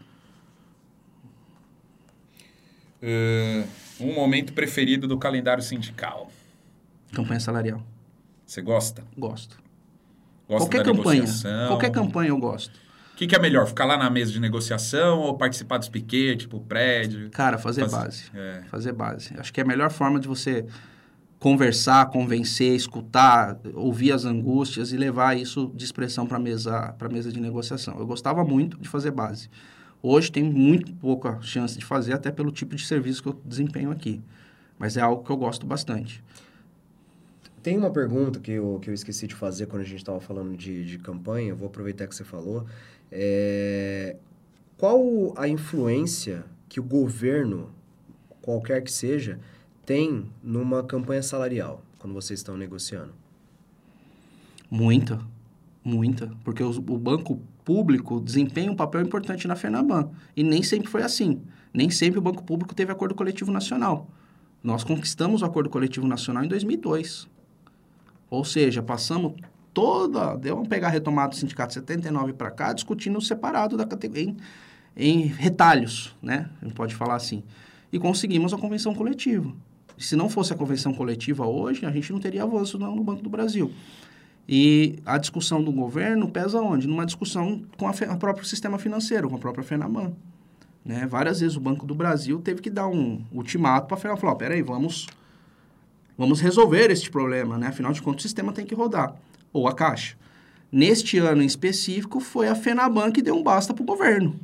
Uh, um momento preferido do calendário sindical. Campanha salarial. Você gosta? Gosto. Gosta Qualquer da campanha. negociação? Qualquer campanha eu gosto. O que, que é melhor? Ficar lá na mesa de negociação ou participar dos piquetes, tipo prédio? Cara, fazer Faz... base. É. Fazer base. Acho que é a melhor forma de você conversar, convencer, escutar, ouvir as angústias e levar isso de expressão para a mesa, para mesa de negociação. Eu gostava muito de fazer base. Hoje tem muito pouca chance de fazer, até pelo tipo de serviço que eu desempenho aqui. Mas é algo que eu gosto bastante. Tem uma pergunta que eu, que eu esqueci de fazer quando a gente estava falando de, de campanha, eu vou aproveitar que você falou. É, qual a influência que o governo, qualquer que seja, tem numa campanha salarial, quando vocês estão negociando? Muita, muita. Porque os, o banco público desempenha um papel importante na FENABAN. E nem sempre foi assim. Nem sempre o banco público teve acordo coletivo nacional. Nós conquistamos o acordo coletivo nacional em dois mil e dois. Ou seja, passamos toda... Deu uma pegar a retomada do sindicato setenta e nove para cá, discutindo separado da categoria, em, em retalhos, né? A gente pode falar assim. E conseguimos a convenção coletiva. Se não fosse a convenção coletiva hoje, a gente não teria avanço no, no Banco do Brasil. E a discussão do governo pesa onde? Numa discussão com a, fe, a próprio sistema financeiro, com a própria FENABAN. Né? Várias vezes o Banco do Brasil teve que dar um ultimato para a FENABAN. Falar, peraí, vamos... Vamos resolver este problema, né? Afinal de contas, o sistema tem que rodar. Ou a Caixa. Neste ano em específico, foi a FENABAN que deu um basta para o governo.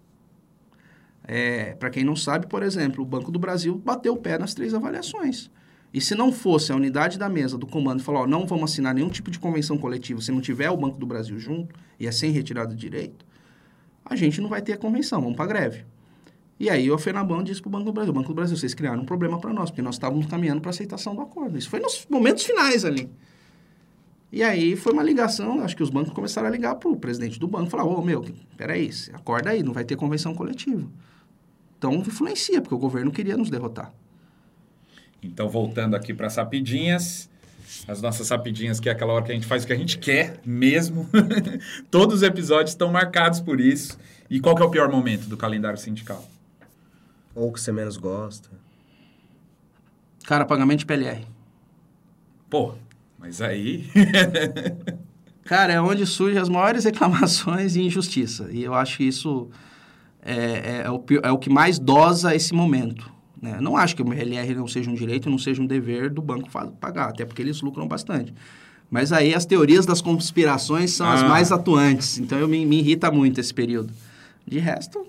É, para quem não sabe, por exemplo, o Banco do Brasil bateu o pé nas três avaliações. E se não fosse a unidade da mesa do comando e falar, ó, não vamos assinar nenhum tipo de convenção coletiva se não tiver o Banco do Brasil junto, e é sem retirada de direito, a gente não vai ter a convenção, vamos para a greve. E aí o FENABAN disse para o Banco do Brasil, Banco do Brasil, vocês criaram um problema para nós, porque nós estávamos caminhando para a aceitação do acordo. Isso foi nos momentos finais ali. E aí foi uma ligação, acho que os bancos começaram a ligar para o presidente do banco, falar, ô, meu, peraí, acorda aí, não vai ter convenção coletiva. Então influencia, porque o governo queria nos derrotar. Então, voltando aqui para as rapidinhas, as nossas rapidinhas, que é aquela hora que a gente faz o que a gente quer mesmo. Todos os episódios estão marcados por isso. E qual que é o pior momento do calendário sindical? Ou que você menos gosta? Cara, pagamento de P L R. Pô, mas aí... Cara, é onde surgem as maiores reclamações e injustiça. E eu acho que isso é, é, é, o, é o que mais dosa esse momento. Né? Não acho que o P L R não seja um direito, não seja um dever do banco pagar, até porque eles lucram bastante. Mas aí as teorias das conspirações são ah. as mais atuantes. Então, eu me, me irrita muito esse período. De resto...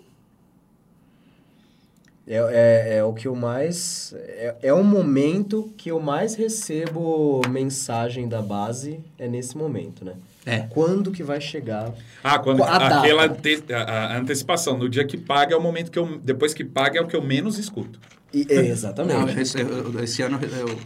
É, é, é o que eu mais... É, é o momento que eu mais recebo mensagem da base, é nesse momento, né? É. Quando que vai chegar Ah, quando a aquela ante, a, a antecipação. No dia que paga é o momento que eu... Depois que paga é o que eu menos escuto. E, é, exatamente. Não, esse, esse ano eu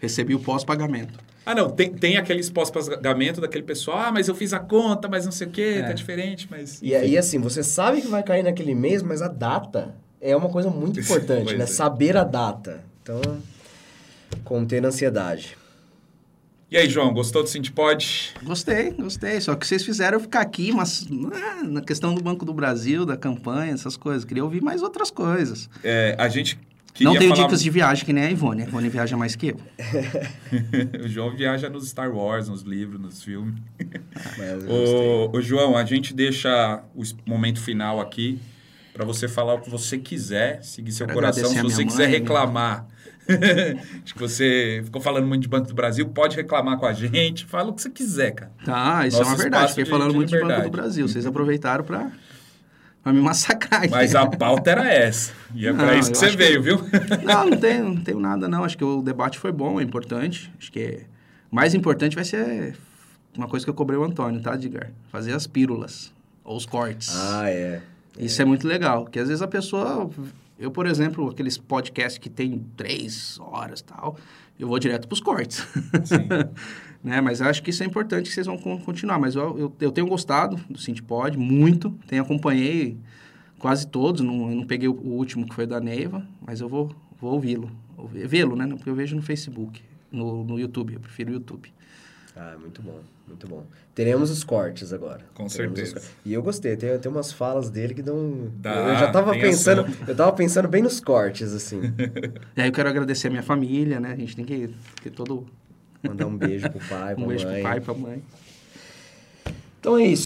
Recebi o pós-pagamento. Ah, não, tem, tem aqueles pós-pagamento daquele pessoal, ah, mas eu fiz a conta, mas não sei o quê, é. tá diferente, mas... E aí, assim, você sabe que vai cair naquele mês, mas a data é uma coisa muito importante, né? É. Saber a data. Então, conter a ansiedade. E aí, João, gostou do Sintipod? Gostei, gostei. Só que vocês fizeram eu ficar aqui, mas na questão do Banco do Brasil, da campanha, essas coisas. Queria ouvir mais outras coisas. É, a gente... Não tenho falar... dicas de viagem que nem a Ivone. A Ivone viaja mais que eu. O João viaja nos Star Wars, nos livros, nos filmes. o, o João, a gente deixa o momento final aqui para você falar o que você quiser, seguir seu Quero coração. Se você quiser mãe, reclamar, acho que você ficou falando muito de Banco do Brasil, pode reclamar com a gente. Fala o que você quiser, cara. Tá, isso Nosso é uma verdade. Fiquei falando de muito de Banco do Brasil. Vocês aproveitaram para... Pra me massacrar. Mas a pauta era essa. E é para isso que você veio, que... viu? Não, não tenho, não tenho nada, não. Acho que o debate foi bom, é importante. Acho que o mais importante vai ser uma coisa que eu cobrei o Antônio, tá, Edgar? Fazer as pílulas, ou os cortes. Ah, é. Isso é, é muito legal, porque às vezes a pessoa... Eu, por exemplo, aqueles podcasts que tem três horas e tal, eu vou direto pros cortes. Sim. Né? Mas acho que isso é importante que vocês vão continuar. Mas eu, eu, eu tenho gostado do Sintipod, muito. Tenho acompanhei quase todos. Não, eu não peguei o, o último, que foi da Neiva, mas eu vou, vou ouvi-lo. Vê-lo, né? Porque eu vejo no Facebook, no, no YouTube. Eu prefiro o YouTube. Ah, muito bom, muito bom. Teremos os cortes agora. Com Teremos certeza. Os... E eu gostei, tem, tem umas falas dele que dão... Dá, eu já tava pensando, ação. eu tava pensando bem nos cortes, assim. E aí eu quero agradecer a minha família, né? A gente tem que ter todo... Mandar um beijo pro pai, pra um mãe. Um beijo pro pai, pra mãe. Então é isso.